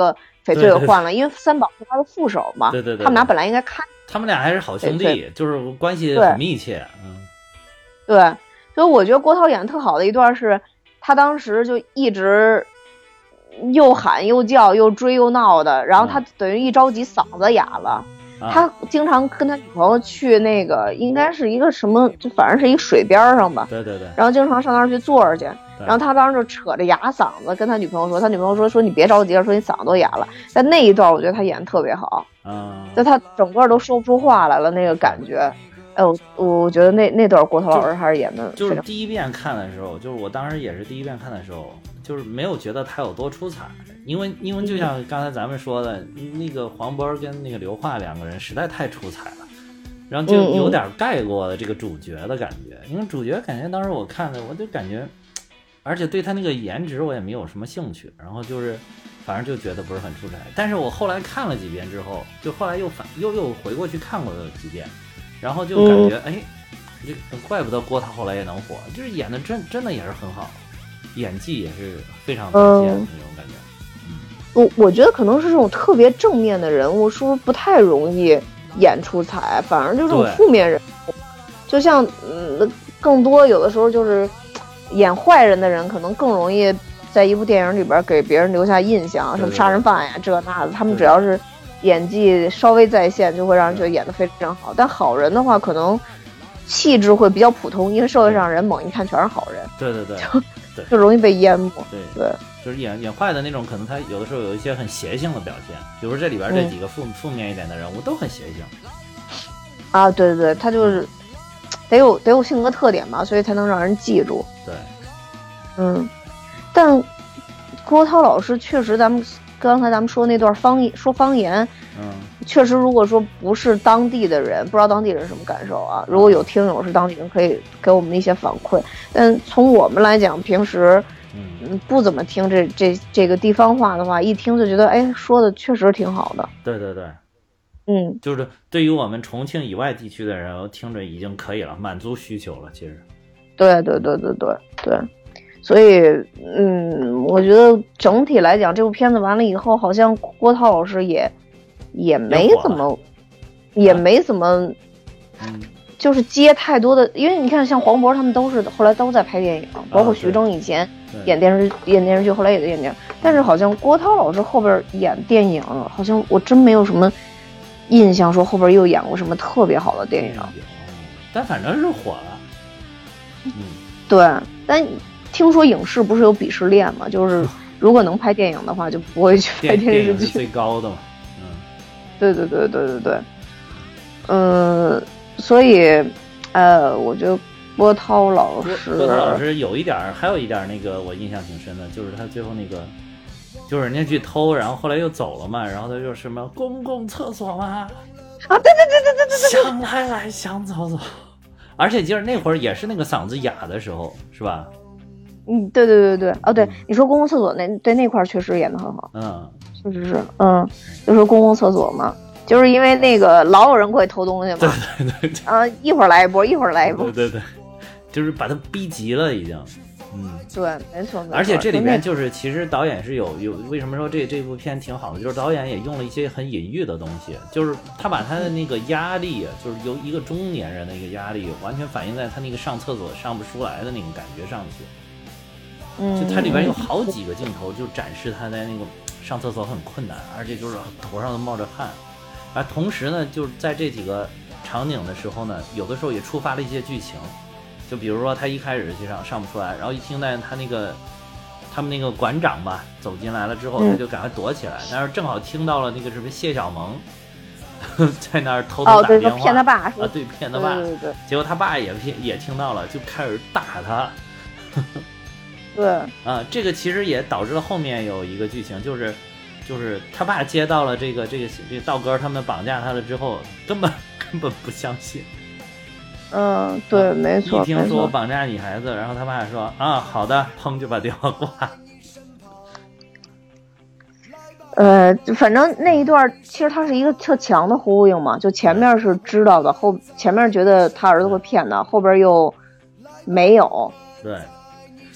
翡翠给换了，因为三宝是他的副手嘛， 对对对， 他们俩本来应该看， 他们俩还是好兄弟，就是关系很密切，嗯， 对，所以我觉得郭涛演的特好的一段是，他当时就一直又喊又叫又追又闹的，然后他等于一着急嗓子哑了。嗯、他经常跟他女朋友去那个，应该是一个什么，就反正是一水边上吧。 对对对。 然后经常上那儿去坐着去，然后他当时就扯着哑嗓子跟他女朋友说，他女朋友说说你别着急了，说你嗓子都哑了。但那一段我觉得他演的特别好， 嗯， 就他整个都说不出话来了那个感觉。哎，我我觉得那那段郭涛老师还是演的， 就是第一遍看的时候，就是我当时也是第一遍看的时候，就是没有觉得他有多出彩，因为因为就像刚才咱们说的，那个黄渤跟那个刘桦两个人实在太出彩了，然后就有点盖过了这个主角的感觉，因为主角感觉当时我看的我就感觉，而且对他那个颜值我也没有什么兴趣，然后就是反正就觉得不是很出彩，但是我后来看了几遍之后，就后来又反又又回过去看过了几遍。然后就感觉，哎，这怪不得郭涛后来也能火，就是演的真真的也是很好，演技也是非常关键的那种感觉。嗯， 我我觉得可能是这种特别正面的人物，是不是不太容易演出彩？反而就这种负面人物，就像嗯，更多有的时候就是演坏人的人，可能更容易在一部电影里边给别人留下印象，什么杀人犯呀这那的，他们只要是演技稍微在线，就会让人觉得演得非常好。但好人的话，可能气质会比较普通，因为社会上人猛一看全是好人， 对对对， 就就容易被淹没。 对对， 就是演演坏的那种，可能他有的时候有一些很邪性的表现，比如这里边这几个负、嗯、负面一点的人物都很邪性。 啊，对对对，他就是得有得有性格特点嘛，所以才能让人记住。 对， 嗯，但郭涛老师确实，咱们。刚才咱们说那段方言说方言， 嗯， 确实，如果说不是当地的人，不知道当地人什么感受啊。如果有听友是当地人，可以给我们一些反馈。但从我们来讲，平时嗯不怎么听这这这个地方话的话，一听就觉得哎说的确实挺好的。 对对对， 嗯， 就是对于我们重庆以外地区的人，听着已经可以了，满足需求了。其实， 对对对对对对。所以，嗯，我觉得整体来讲，这部片子完了以后，好像郭涛老师也也没怎么，也没怎么， 嗯， 就是接太多的，因为你看，像黄渤他们都是后来都在拍电影，包括徐峥以前演电视演电视剧，后来也在演电影，但是好像郭涛老师后边演电影，好像我真没有什么印象说后边又演过什么特别好的电影， 但反正是火了， 嗯，对，但。听说影视不是有鄙视链吗？就是如果能拍电影的话，就不会去拍电视剧。 最高的嘛，嗯， 对对对对对对，嗯，所以，呃，我觉得郭涛老师， 郭涛老师有一点，还有一点那个我印象挺深的，就是他最后那个，就是人家去偷，然后后来又走了嘛，然后他就什么公共厕所嘛，啊， 对对对对对对， 想来来想走走，而且就是那会儿也是那个嗓子哑的时候，是吧？ 嗯，对对对对，哦，对，你说公共厕所那对那块确实演得很好， 嗯， 确实是，嗯，就说公共厕所嘛，就是因为那个老有人过去偷东西嘛， 对对对，对啊，一会儿来一波，一会儿来一波， 对对对，就是把他逼急了已经，嗯， 对，没错， 而且这里面就是其实导演是有有为什么说这这部片挺好的，就是导演也用了一些很隐喻的东西，就是他把他的那个压力，就是由一个中年人的一个压力，完全反映在他那个上厕所上不出来的那个感觉上去。 嗯， 就它里边有好几个镜头，就展示他在那个上厕所很困难，而且就是头上都冒着汗，而同时呢，就是在这几个场景的时候呢，有的时候也触发了一些剧情，就比如说他一开始就上上不出来，然后一听到他那个他们那个馆长吧走进来了之后，他就赶快躲起来，但是正好听到了那个什么谢小萌在那儿偷偷打电话， 哦、对骗他爸啊， 对，骗他爸， 对对对， 结果他爸也骗也听到了，就开始打他。 对啊，这个其实也导致了后面有一个剧情，就是，就是他爸接到了这个这个这个道哥他们绑架他了之后，根本根本不相信。 嗯，对，啊、没错。 一听说我绑架女孩子，然后他爸说啊，好的，砰就把电话挂。 呃，反正那一段其实它是一个特强的呼应嘛，就前面是知道的，后前面觉得他儿子会骗他，后边又没有。 对。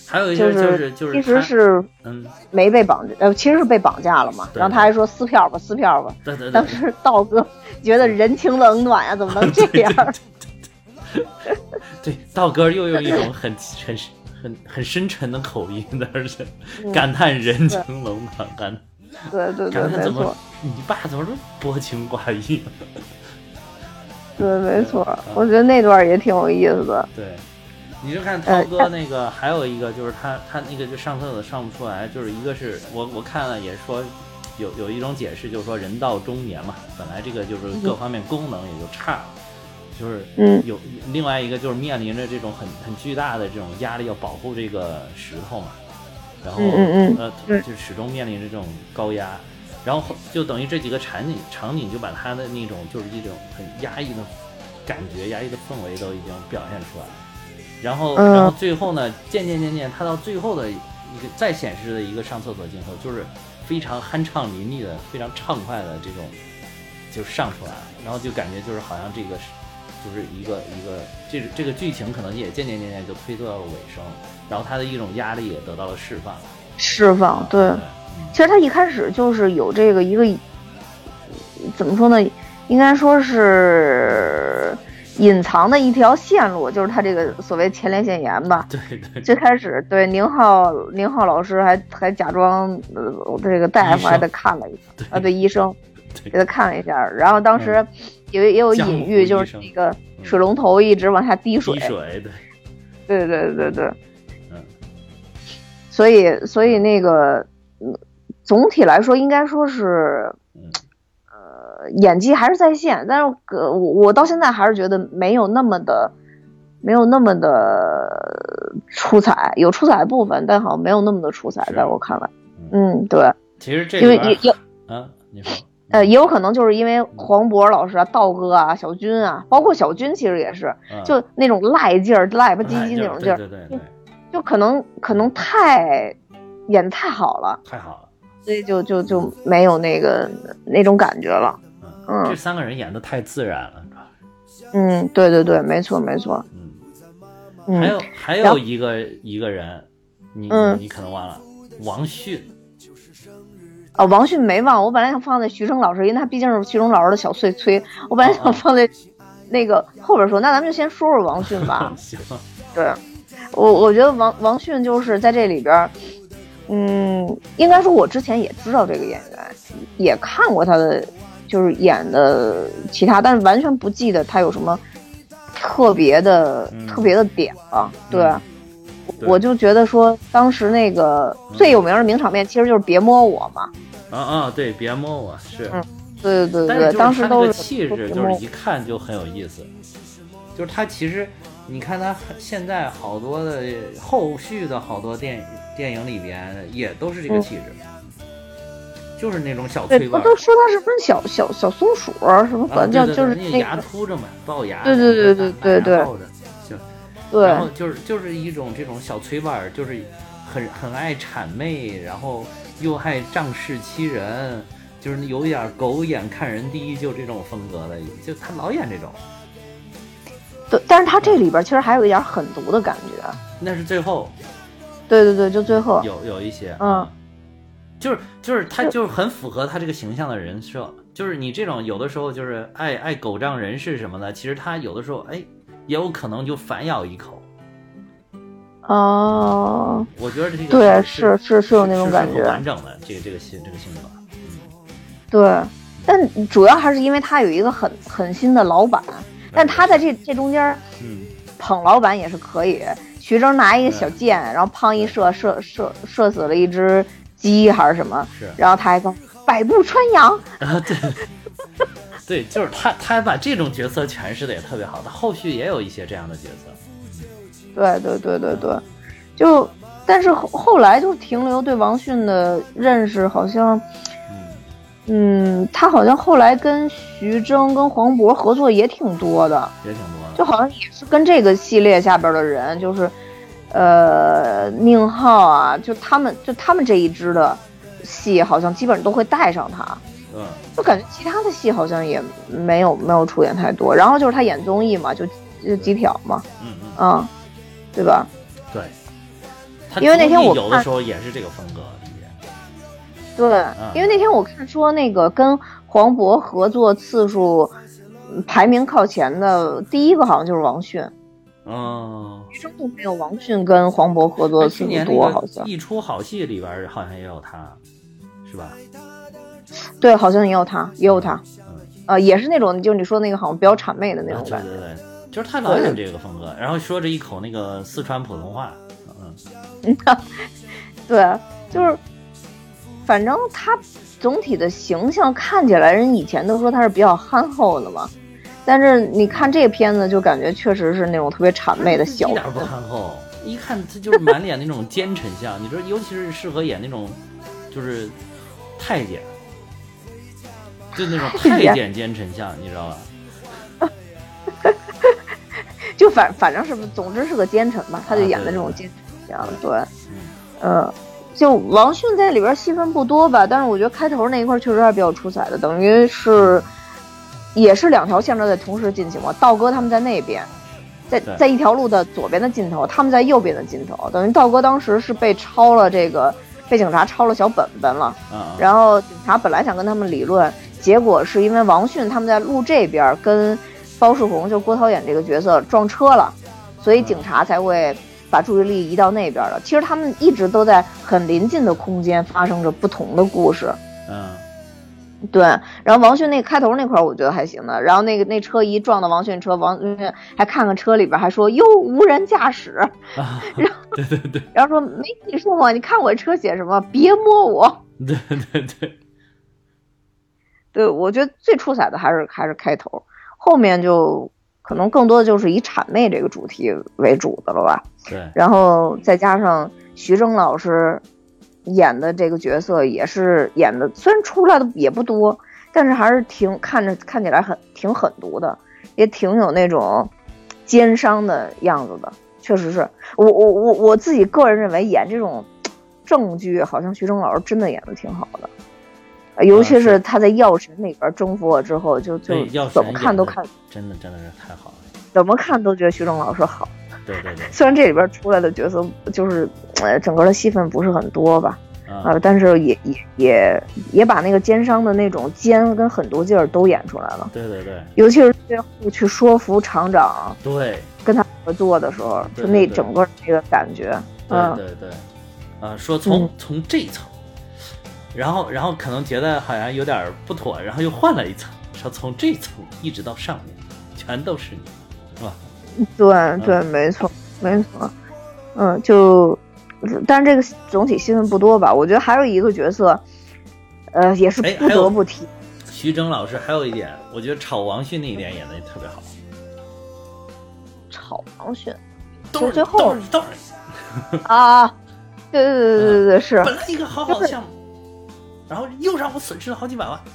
还有一就些就是就是其实是嗯没被绑呃其实是被绑架了嘛，然后他还说撕票吧撕票吧， 对对对， 当时道哥觉得人情冷暖呀、啊，怎么能这样？ 对, 对, 对, 对, 对，道哥又用一种很很很很深沉的口音，但是感叹人情冷暖，感对对对，没错。 你爸怎么这么薄情寡义？ 对，没错，我觉得那段也挺有意思的。 对。你就看涛哥那个，还有一个就是他他那个就上厕所上不出来，就是一个是我我看了也说有有一种解释，就是说人到中年嘛，本来这个就是各方面功能也就差了，就是有另外一个就是面临着这种很很巨大的这种压力，要保护这个石头嘛，然后呃就始终面临着这种高压，然后就等于这几个场景场景就把他的那种就是一种很压抑的感觉、压抑的氛围都已经表现出来了。然后，然后最后呢，渐渐渐渐，他到最后的一个再显示的一个上厕所镜头，就是非常酣畅淋漓的、非常畅快的这种，就上出来了。然后就感觉就是好像这个，就是一个一个这这个剧情可能也渐渐渐渐就推到了尾声，然后他的一种压力也得到了释放。 释放，对。对嗯、其实他一开始就是有这个一个怎么说呢？应该说是。隐藏的一条线路，就是他这个所谓前列腺炎吧。 对对。 最开始对宁浩宁浩老师还还假装呃这个大夫还得看了一下啊，对医生给他看了一下，然后当时也也有隐喻，就是那个水龙头一直往下滴水。 滴水， 对。对对对对。嗯。所以所以那个总体来说，应该说是。演技还是在线，但是呃，我我到现在还是觉得没有那么的，没有那么的出彩，有出彩的部分，但好像没有那么的出彩，在我看来，嗯，对。 其实这因为也有啊，你说， 呃，也有可能就是因为黄渤老师啊、道哥啊、小军啊，包括小军，其实也是，就那种赖劲儿、赖吧唧唧那种劲儿， 对对对， 就可能可能太演得太好了， 太好了， 所以就就就没有那个那种感觉了。 嗯，这三个人演得太自然了， 嗯，对对对，没错没错。 嗯，还有还有一个一个人，你、嗯、你可能忘了，王迅。 哦，王迅没忘，我本来想放在徐峥老师，因为他毕竟是徐峥老师的小碎催，我本来想放在那个后边说，那咱们就先说说王迅吧。 行。 对，我我觉得王王迅就是在这里边。嗯，应该说我之前也知道这个演员，也看过他的就是演的其他，但是完全不记得他有什么特别的、嗯、特别的点了。对、嗯、我就觉得说当时那个最有名的名场面其实就是别摸我嘛。 啊啊，对，别摸我是。 嗯，对对对对， 当时都是气质，就是一看就很有意思。就是他其实你看他现在好多的后续的好多电影。电影里边也都是这个气质、嗯，就是那种小催味。 都说他是不是小小小松鼠什么，反正、啊、就是那个牙秃着嘛，龅牙。 对对对对对对。对。 然后就是就是一种这种小催味，就是很很爱谄媚，然后又爱仗势欺人，就是有点狗眼看人低，就这种风格的，就他老演这种。 对，但是他这里边其实还有一点狠毒的感觉。 那是最后。 对对对，就最后有有一些， 嗯， 就是就是他就是很符合他这个形象的人设，就是你这种有的时候就是爱爱狗仗人势什么的，其实他有的时候哎也有可能就反咬一口。 哦， 我觉得这个对是是是有那种感觉， 完整的这个这个性这个性格，嗯， 对，但主要还是因为他有一个很狠心的老板，但他在这这中间， 嗯， 捧老板也是可以。徐峥拿一个小箭，然后砰一射，射射射死了一只鸡还是什么，然后他还说百步穿杨啊，对，对，就是他，他还把这种角色诠释的也特别好，他后续也有一些这样的角色。 对对对对对，就但是后后来就停留对王迅的认识好像，嗯，他好像后来跟徐峥跟黄渤合作也挺多的， 也挺多的。 就好像也是跟这个系列下边的人，就是，呃，宁浩啊，就他们就他们这一支的戏，好像基本都会带上他。 嗯， 就感觉其他的戏好像也没有没有出演太多。然后就是他演综艺嘛，就就几挑嘛， 嗯嗯，啊，对吧？ 对， 因为那天我有的时候也是这个风格。 对、嗯，因为那天我看说那个跟黄渤合作次数排名靠前的第一个好像就是王迅。 哦， 余生都没有王迅跟黄渤合作的次数多，好像。 一出好戏里边好像也有他，是吧？ 对，好像也有他，也有他。嗯，呃，也是那种就是你说那个好像比较谄媚的那种感觉。 对对对，就是他老演这个风格，然后说着一口那个四川普通话。嗯， 对，就是。反正他总体的形象看起来，人以前都说他是比较憨厚的嘛，但是你看这个片子就感觉确实是那种特别谄媚的小子， 一点不憨厚，一看他就是满脸那种奸臣相。你说，尤其是适合演那种就是太监，就那种太监奸臣相，你知道吧？ 就反反正是总之是个奸臣吧，他就演的这种奸臣相，对，嗯。呃就王迅在里边戏份不多吧，但是我觉得开头那一块确实还比较出彩的，等于是也是两条线在同时进行嘛。道哥他们在那边，在在一条路的左边的尽头，他们在右边的尽头，等于道哥当时是被抄了这个被警察抄了小本本了，然后警察本来想跟他们理论，结果是因为王迅他们在路这边跟包世红就郭涛演这个角色撞车了，所以警察才会把注意力移到那边了。其实他们一直都在很临近的空间发生着不同的故事。 嗯， 对。然后王迅那开头那块我觉得还行的，然后那个那车一撞到王迅车，王迅还看看车里边还说哟无人驾驶， 啊、 然后对对对， 然后说没你说吗？你看我车写什么？别摸我。 对对对， 对，我觉得最出彩的还是还是开头，后面就。可能更多的就是以谄媚这个主题为主的了吧。 对， 然后再加上徐峥老师演的这个角色也是演的，虽然出来的也不多，但是还是挺看着看起来很挺狠毒的，也挺有那种奸商的样子的。确实是我我我我自己个人认为演这种正剧，好像徐峥老师真的演的挺好的。尤其是他在《药神》里边征服我之后，就就怎么看都看， 真的真的是太好了， 怎么看都觉得徐峥老师好。 对对对， 虽然这里边出来的角色就是呃整个的戏份不是很多吧， 啊、 呃，但是也也也也把那个奸商的那种奸跟狠毒劲儿都演出来了。 对对对， 尤其是最后去说服厂长， 对， 跟他合作的时候， 对对对就那整个那个感觉， 嗯，对对对，啊、呃，说从、嗯、从这层。然后，然后可能觉得好像有点不妥，然后又换了一层，说从这层一直到上面，全都是你，是吧？ 对对，没错没错，嗯，就，但是这个总体戏份不多吧？我觉得还有一个角色，呃，也是不得不提。 徐峥老师还有一点，我觉得炒王迅那一点演的也特别好。 炒王迅， 都最后都啊，对对对对对对，是本来一个好好的项目。然后又让我损失了好几百万，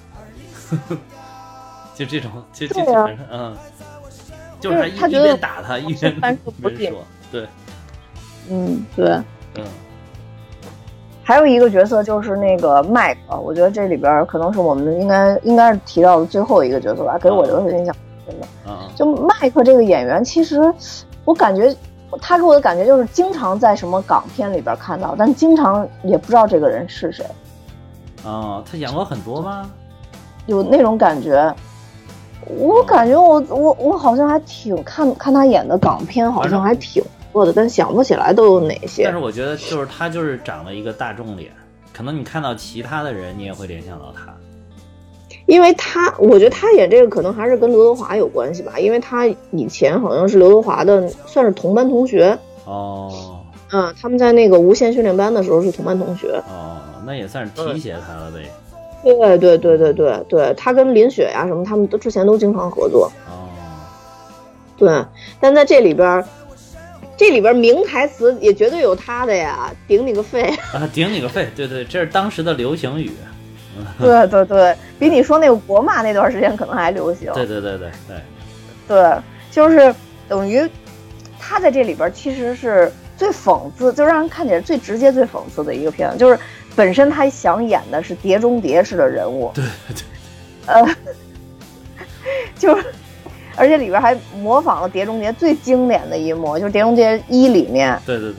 就这种，就就基本上，嗯，就是他一一边打他一边没人说，对， 嗯，对， 嗯， 还有一个角色就是那个麦克，我觉得这里边可能是我们应该应该是提到的最后一个角色吧，给我留下印象深的。 嗯， 就麦克这个演员，其实我感觉他给我的感觉就是经常在什么港片里边看到，但经常也不知道这个人是谁。 哦，他演过很多吗？ 有那种感觉，我感觉我我我好像还挺看看他演的港片，好像还挺多的，但想不起来都有哪些。 但是我觉得就是他就是长了一个大众脸，可能你看到其他的人，你也会联想到他。 因为他，我觉得他演这个可能还是跟刘德华有关系吧，因为他以前好像是刘德华的算是同班同学。 哦。 嗯，他们在那个无线训练班的时候是同班同学。 哦，那也算是提携他了呗。 对对对对对对，他跟林雪呀什么，他们都之前都经常合作。 哦。 对，但在这里边，这里边名台词也绝对有他的呀，顶你个肺啊，顶你个肺！对对，这是当时的流行语。 对对对，比你说那个国骂那段时间可能还流行。 对对对对对。 对，就是等于他在这里边其实是。最讽刺，就让人看起来最直接、最讽刺的一个片段，就是本身他想演的是碟中谍式的人物， 对对， 呃，就是，而且里边还模仿了碟中谍最经典的一幕，就是碟中谍一里面， 对对对，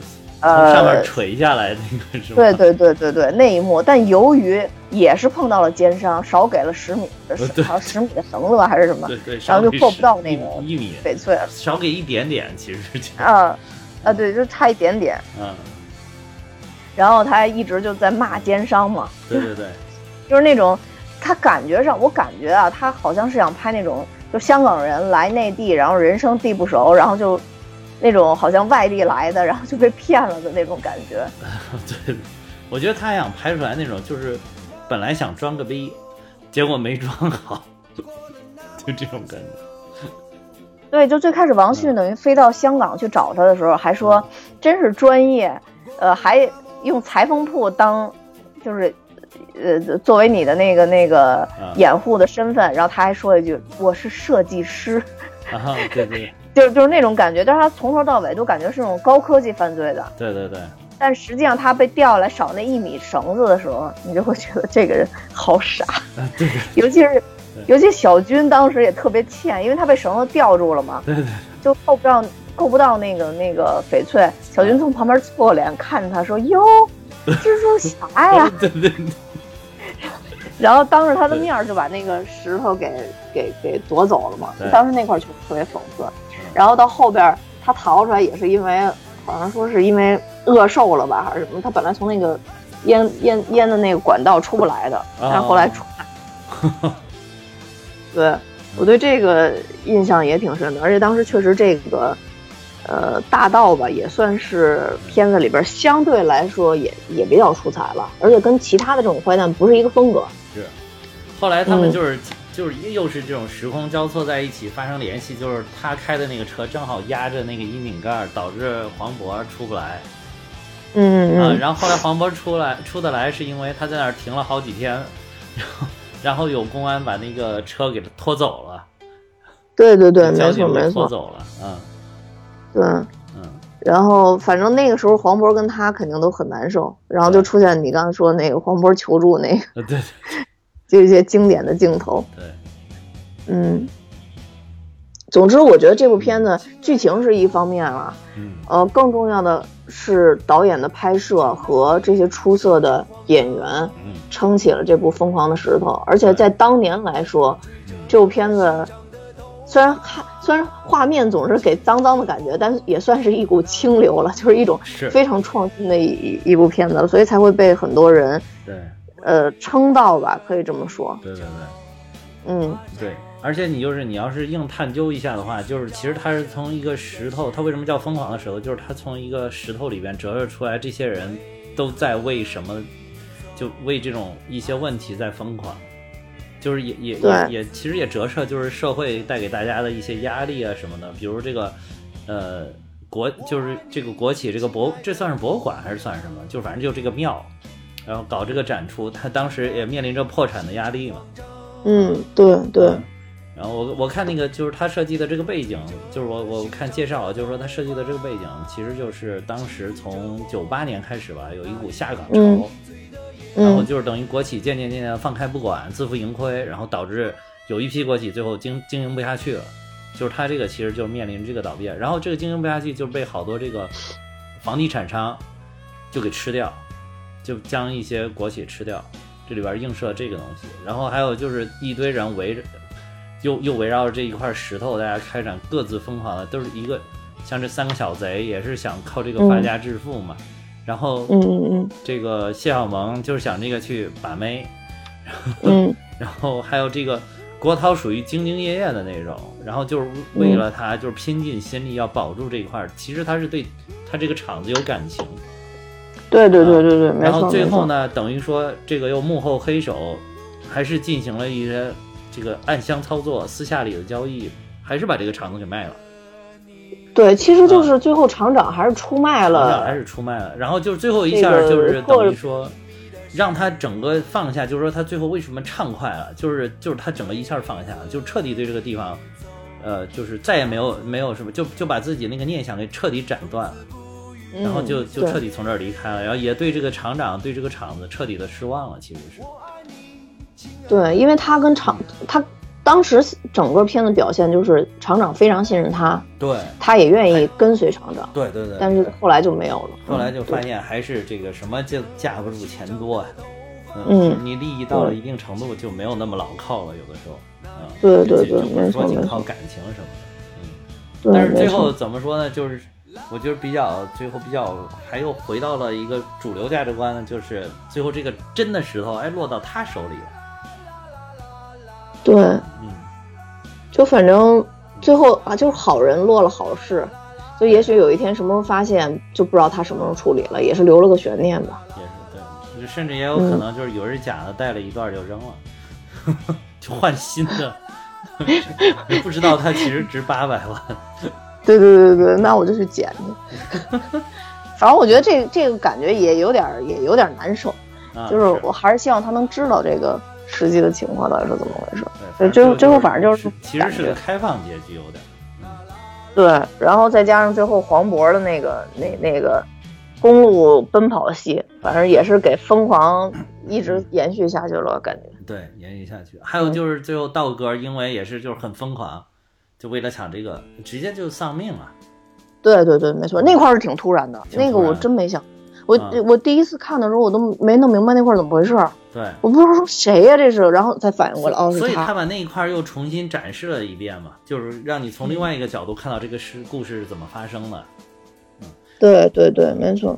呃， 从上面垂下来那个是吧？ 对对对对对，那一幕，但由于也是碰到了肩伤，少给了十米，好像十米的绳子吧，还是什么， 对对， 然后就够不到那个一米翡翠， 少给一点点，其实是啊啊，对，就差一点点， 嗯， 然后他还一直就在骂奸商嘛， 对对对， 就是那种他感觉上，我感觉啊，他好像是想拍那种就香港人来内地，然后人生地不熟，然后就。那种好像外地来的，然后就被骗了的那种感觉。 对，我觉得他想拍出来那种，就是本来想装个逼，结果没装好，就这种感觉。 对，就最开始王迅等于飞到香港去找他的时候，还说真是专业，呃，还用裁缝铺当，就是呃作为你的那个那个掩护的身份，然后他还说了一句：“我是设计师。” 啊，对对。 就就是那种感觉，但是他从头到尾都感觉是那种高科技犯罪的。 对对对。 但实际上他被调来少那一米绳子的时候，你就会觉得这个人好傻。 啊、对对。 尤其是，尤其小军当时也特别欠，因为他被绳子吊住了嘛。 对对。 就够不到够不到那个那个翡翠，小军从旁边侧脸看着他说：“哟，这说啥呀？” 对对对。 然后当着他的面就把那个石头给给给夺走了嘛。当时那块就特别讽刺。然后到后边他逃出来也是因为好像说是因为饿瘦了吧还是什么，他本来从那个淹淹淹的那个管道出不来的，但是后来出来。哦、对，我对这个印象也挺深的，而且当时确实这个呃大盗吧也算是片子里边相对来说也也比较出彩了，而且跟其他的这种坏蛋不是一个风格。 是，后来他们就是。嗯就是又是这种时空交错在一起发生联系，就是他开的那个车正好压着那个窨井盖，导致黄渤出不来。 嗯啊，然后后来黄渤出来出得来，是因为他在那儿停了好几天，然后然后有公安把那个车给拖走了。 对对对，没错没错， 拖走了，嗯， 对， 嗯， 然后反正那个时候黄渤跟他肯定都很难受，然后就出现你刚才说的那个黄渤求助那个。 对对。 就一些经典的镜头， 对， 嗯，总之我觉得这部片子剧情是一方面了， 嗯， 呃，更重要的是导演的拍摄和这些出色的演员， 嗯， 撑起了这部《疯狂的石头》，而且在当年来说，这部片子虽然看虽然画面总是给脏脏的感觉，但也算是一股清流了，就是一种非常创新的一一部片子，所以才会被很多人对。 呃，称道吧，可以这么说。 对对对， 嗯， 对，而且你就是你要是硬探究一下的话，就是其实它是从一个石头，它为什么叫疯狂的石头？就是它从一个石头里边折射出来，这些人都在为什么，就为这种一些问题在疯狂，就是也也也也其实也折射就是社会带给大家的一些压力啊什么的，比如这个呃国就是这个国企这个博，这算是博物馆还是算什么？就反正就这个庙。然后搞这个展出，他当时也面临着破产的压力嘛。 嗯，对对。 嗯、然后我我看那个就是他设计的这个背景，就是我我看介绍，就是说他设计的这个背景，其实就是当时从九八年开始吧，有一股下岗潮， 嗯、 然后就是等于国企渐渐渐渐放开不管，自负盈亏，然后导致有一批国企最后经经营不下去了，就是他这个其实就是面临这个倒闭，然后这个经营不下去就被好多这个房地产商就给吃掉。就将一些国企吃掉，这里边映射这个东西，然后还有就是一堆人围着，又又围绕着这一块石头，大家开展各自疯狂的，都是一个像这三个小贼也是想靠这个发家致富嘛，嗯、然后嗯嗯嗯， 这个谢小萌就是想这个去把妹，然后、 嗯、 然后还有这个郭涛属于兢兢业业的那种，然后就是为了他就是拼尽心力要保住这一块，其实他是对他这个厂子有感情。 对对对对对， 啊、然后最后呢，等于说这个又幕后黑手，还是进行了一些这个暗箱操作、私下里的交易，还是把这个厂子给卖了。 对，其实就是最后厂长还是出卖了， 厂长还是出卖了。然后就是最后一下就是等于说，让他整个放下，就是说他最后为什么畅快了，就是就是他整个一下放下了，就彻底对这个地方，呃，就是再也没有没有什么，就就把自己那个念想给彻底斩断了。然后就就彻底从这儿离开了，然后也对这个厂长对这个厂子彻底的失望了，其实是。 对，因为他跟厂他当时整个片子表现就是厂长非常信任他， 对， 他也愿意跟随厂长， 对对对， 但是后来就没有了。 后来就发现还是这个什么就架不住钱多呀。 嗯， 你利益到了一定程度就没有那么牢靠了，有的时候，啊， 对对对， 没错，仅靠感情什么的，嗯，但是最后怎么说呢？就是我觉得比较最后比较还又回到了一个主流价值观呢，就是最后这个真的石头哎落到他手里了， 对， 嗯， 就反正最后啊，就是好人落了好事，就也许有一天什么时候发现，就不知道他什么时候处理了，也是留了个悬念吧。 甚至也有可能就是有人假的带了一段就扔了，嗯、就换新的，不知道他其实值八百万。 对对对对，那我就去捡去。反正我觉得这这个感觉也有点也有点难受， 啊、 就是我还是希望他能知道这个实际的情况到底是怎么回事。 对， 最后最后反正就是其实是个开放结局有点。嗯、 对，然后再加上最后黄渤的那个那那个。公路奔跑戏，反正也是给疯狂一直延续下去了，感觉。 对，延续下去。还有就是最后道哥，因为也是就是很疯狂，就为了抢这个，直接就丧命了。 对对对，没错，那块是挺突然的， 突然那个我真没想，我、 嗯、 我第一次看的时候我都没弄明白那块怎么回事。 对， 我不知道说谁呀、啊、这是，然后才反应过来哦， 所以他把那一块又重新展示了一遍嘛，就是让你从另外一个角度看到这个事故事是怎么发生的。 对对对，没错。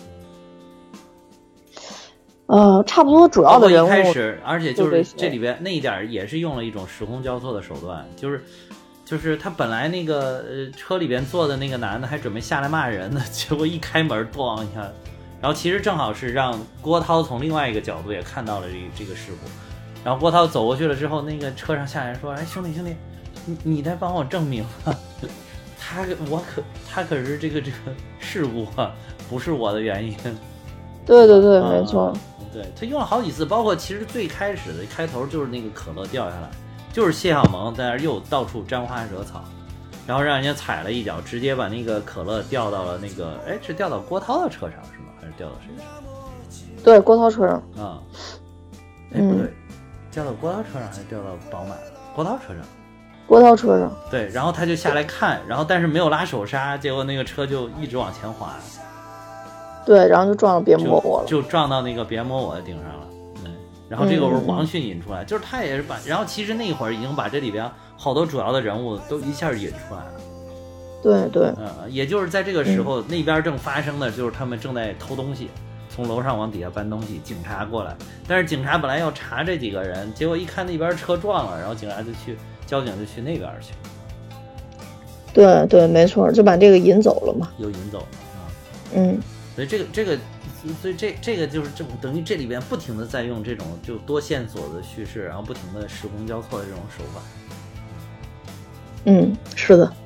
呃，差不多主要的人物一开始，而且就是这里边那一点也是用了一种时空交错的手段，就是就是他本来那个呃车里边坐的那个男的还准备下来骂人呢，结果一开门咣一下，然后其实正好是让郭涛从另外一个角度也看到了这这个事故，然后郭涛走过去了之后，那个车上下人说：“哎，兄弟兄弟，你你在帮我证明啊。”他我可他可是这个这个事故啊，不是我的原因。 对对对，没错。 对，他用了好几次，包括其实最开始的开头就是那个可乐掉下来，就是谢小萌在那儿又到处沾花惹草，然后让人家踩了一脚，直接把那个可乐掉到了那个，哎，是掉到郭涛的车上是吗？还是掉到谁上？ 对，郭涛车上。 啊、嗯，哎不对，掉到郭涛车上还是掉到宝马？郭涛车上。 郭涛车上。 对，然后他就下来看，然后但是没有拉手刹，结果那个车就一直往前滑。 对，然后就撞到别摸我了， 就撞到那个别摸我的顶上了。对，然后这个时候王迅引出来，嗯、就是他也是把，然后其实那会儿已经把这里边好多主要的人物都一下引出来了。 对对， 嗯，也就是在这个时候，嗯、那边正发生的就是他们正在偷东西，从楼上往底下搬东西，警察过来，但是警察本来要查这几个人，结果一看那边车撞了，然后警察就去，交警就去那边去。 对对，没错，就把这个引走了嘛， 又引走了啊。 嗯。 所以这个这个，所以这这个就是这等于这里边不停的在用这种就多线索的叙事，然后不停的时空交错的这种手法。 嗯，是的。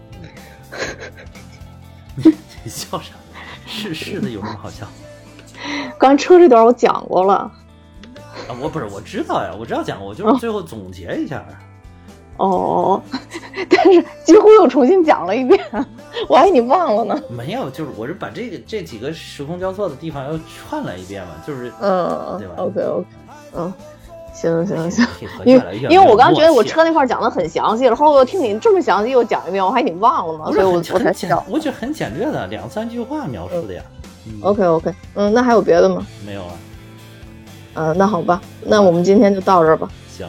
你笑啥？是是的，有什么好笑？ 刚车这段我讲过了。 啊，我不是我知道呀，我知道讲过，我就是最后总结一下。 哦，但是几乎又重新讲了一遍，我还以为你忘了呢。 没有，就是我是把这个这几个时空交错的地方又串了一遍嘛，就是嗯， 对吧 ？OK OK， 嗯，行行行， 因为因为我刚觉得我车那块讲的很详细了，后来我听你这么详细又讲一遍，我还以为你忘了呢，所以我我才笑。 我觉得很简略的两三句话描述的呀。 嗯、OK OK， 嗯，那还有别的吗？ 没有了。 嗯、呃，那好吧，那我们今天就到这儿吧。 行。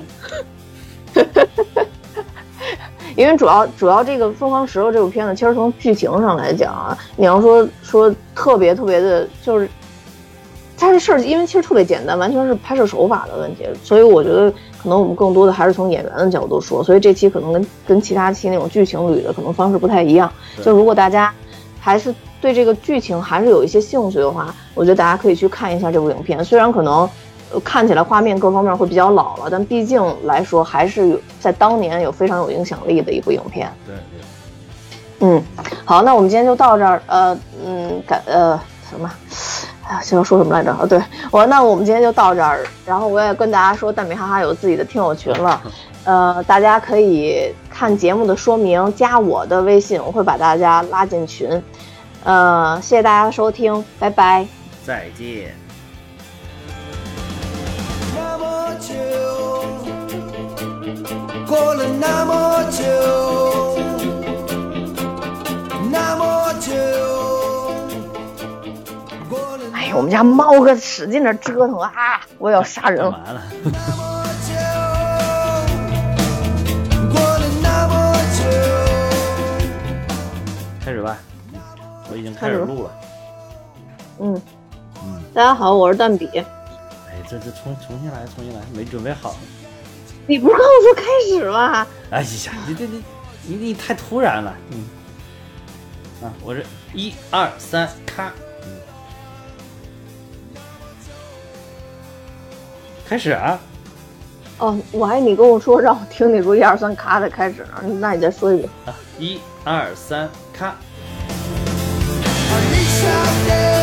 因为主要主要这个《疯狂石头》这部片子，其实从剧情上来讲啊，你要说说特别特别的，就是它这事儿，因为其实特别简单，完全是拍摄手法的问题，所以我觉得可能我们更多的还是从演员的角度说，所以这期可能跟跟其他期那种剧情捋的可能方式不太一样。就如果大家还是对这个剧情还是有一些兴趣的话，我觉得大家可以去看一下这部影片，虽然可能。看起来画面各方面会比较老了，但毕竟来说还是有在当年有非常有影响力的一部影片。 对对。嗯，好，那我们今天就到这儿。呃，嗯，感呃什么？哎呀，要说什么来着？啊，对我，那我们今天就到这儿。然后我也跟大家说，蛋米哈哈有自己的听友群了。呃，大家可以看节目的说明，加我的微信，我会把大家拉进群。呃，谢谢大家的收听，拜拜。 再见。 那么久， 过了那么久，那么久。 哎，我们家猫可使劲的折腾啊！我要杀人了。 干嘛了？开始吧，我已经开始录了。 嗯嗯，大家好，我是蛋比。 哎，这这重重新来，重新来，没准备好。 你不是跟我说开始吗？ 哎呀，你这你你你太突然了。嗯。啊，我这一二三，咔。嗯。开始啊。 哦，我还你跟我说让我听你说一二三咔的开始呢，那你再说一遍。 啊，一二三咔。 Alicia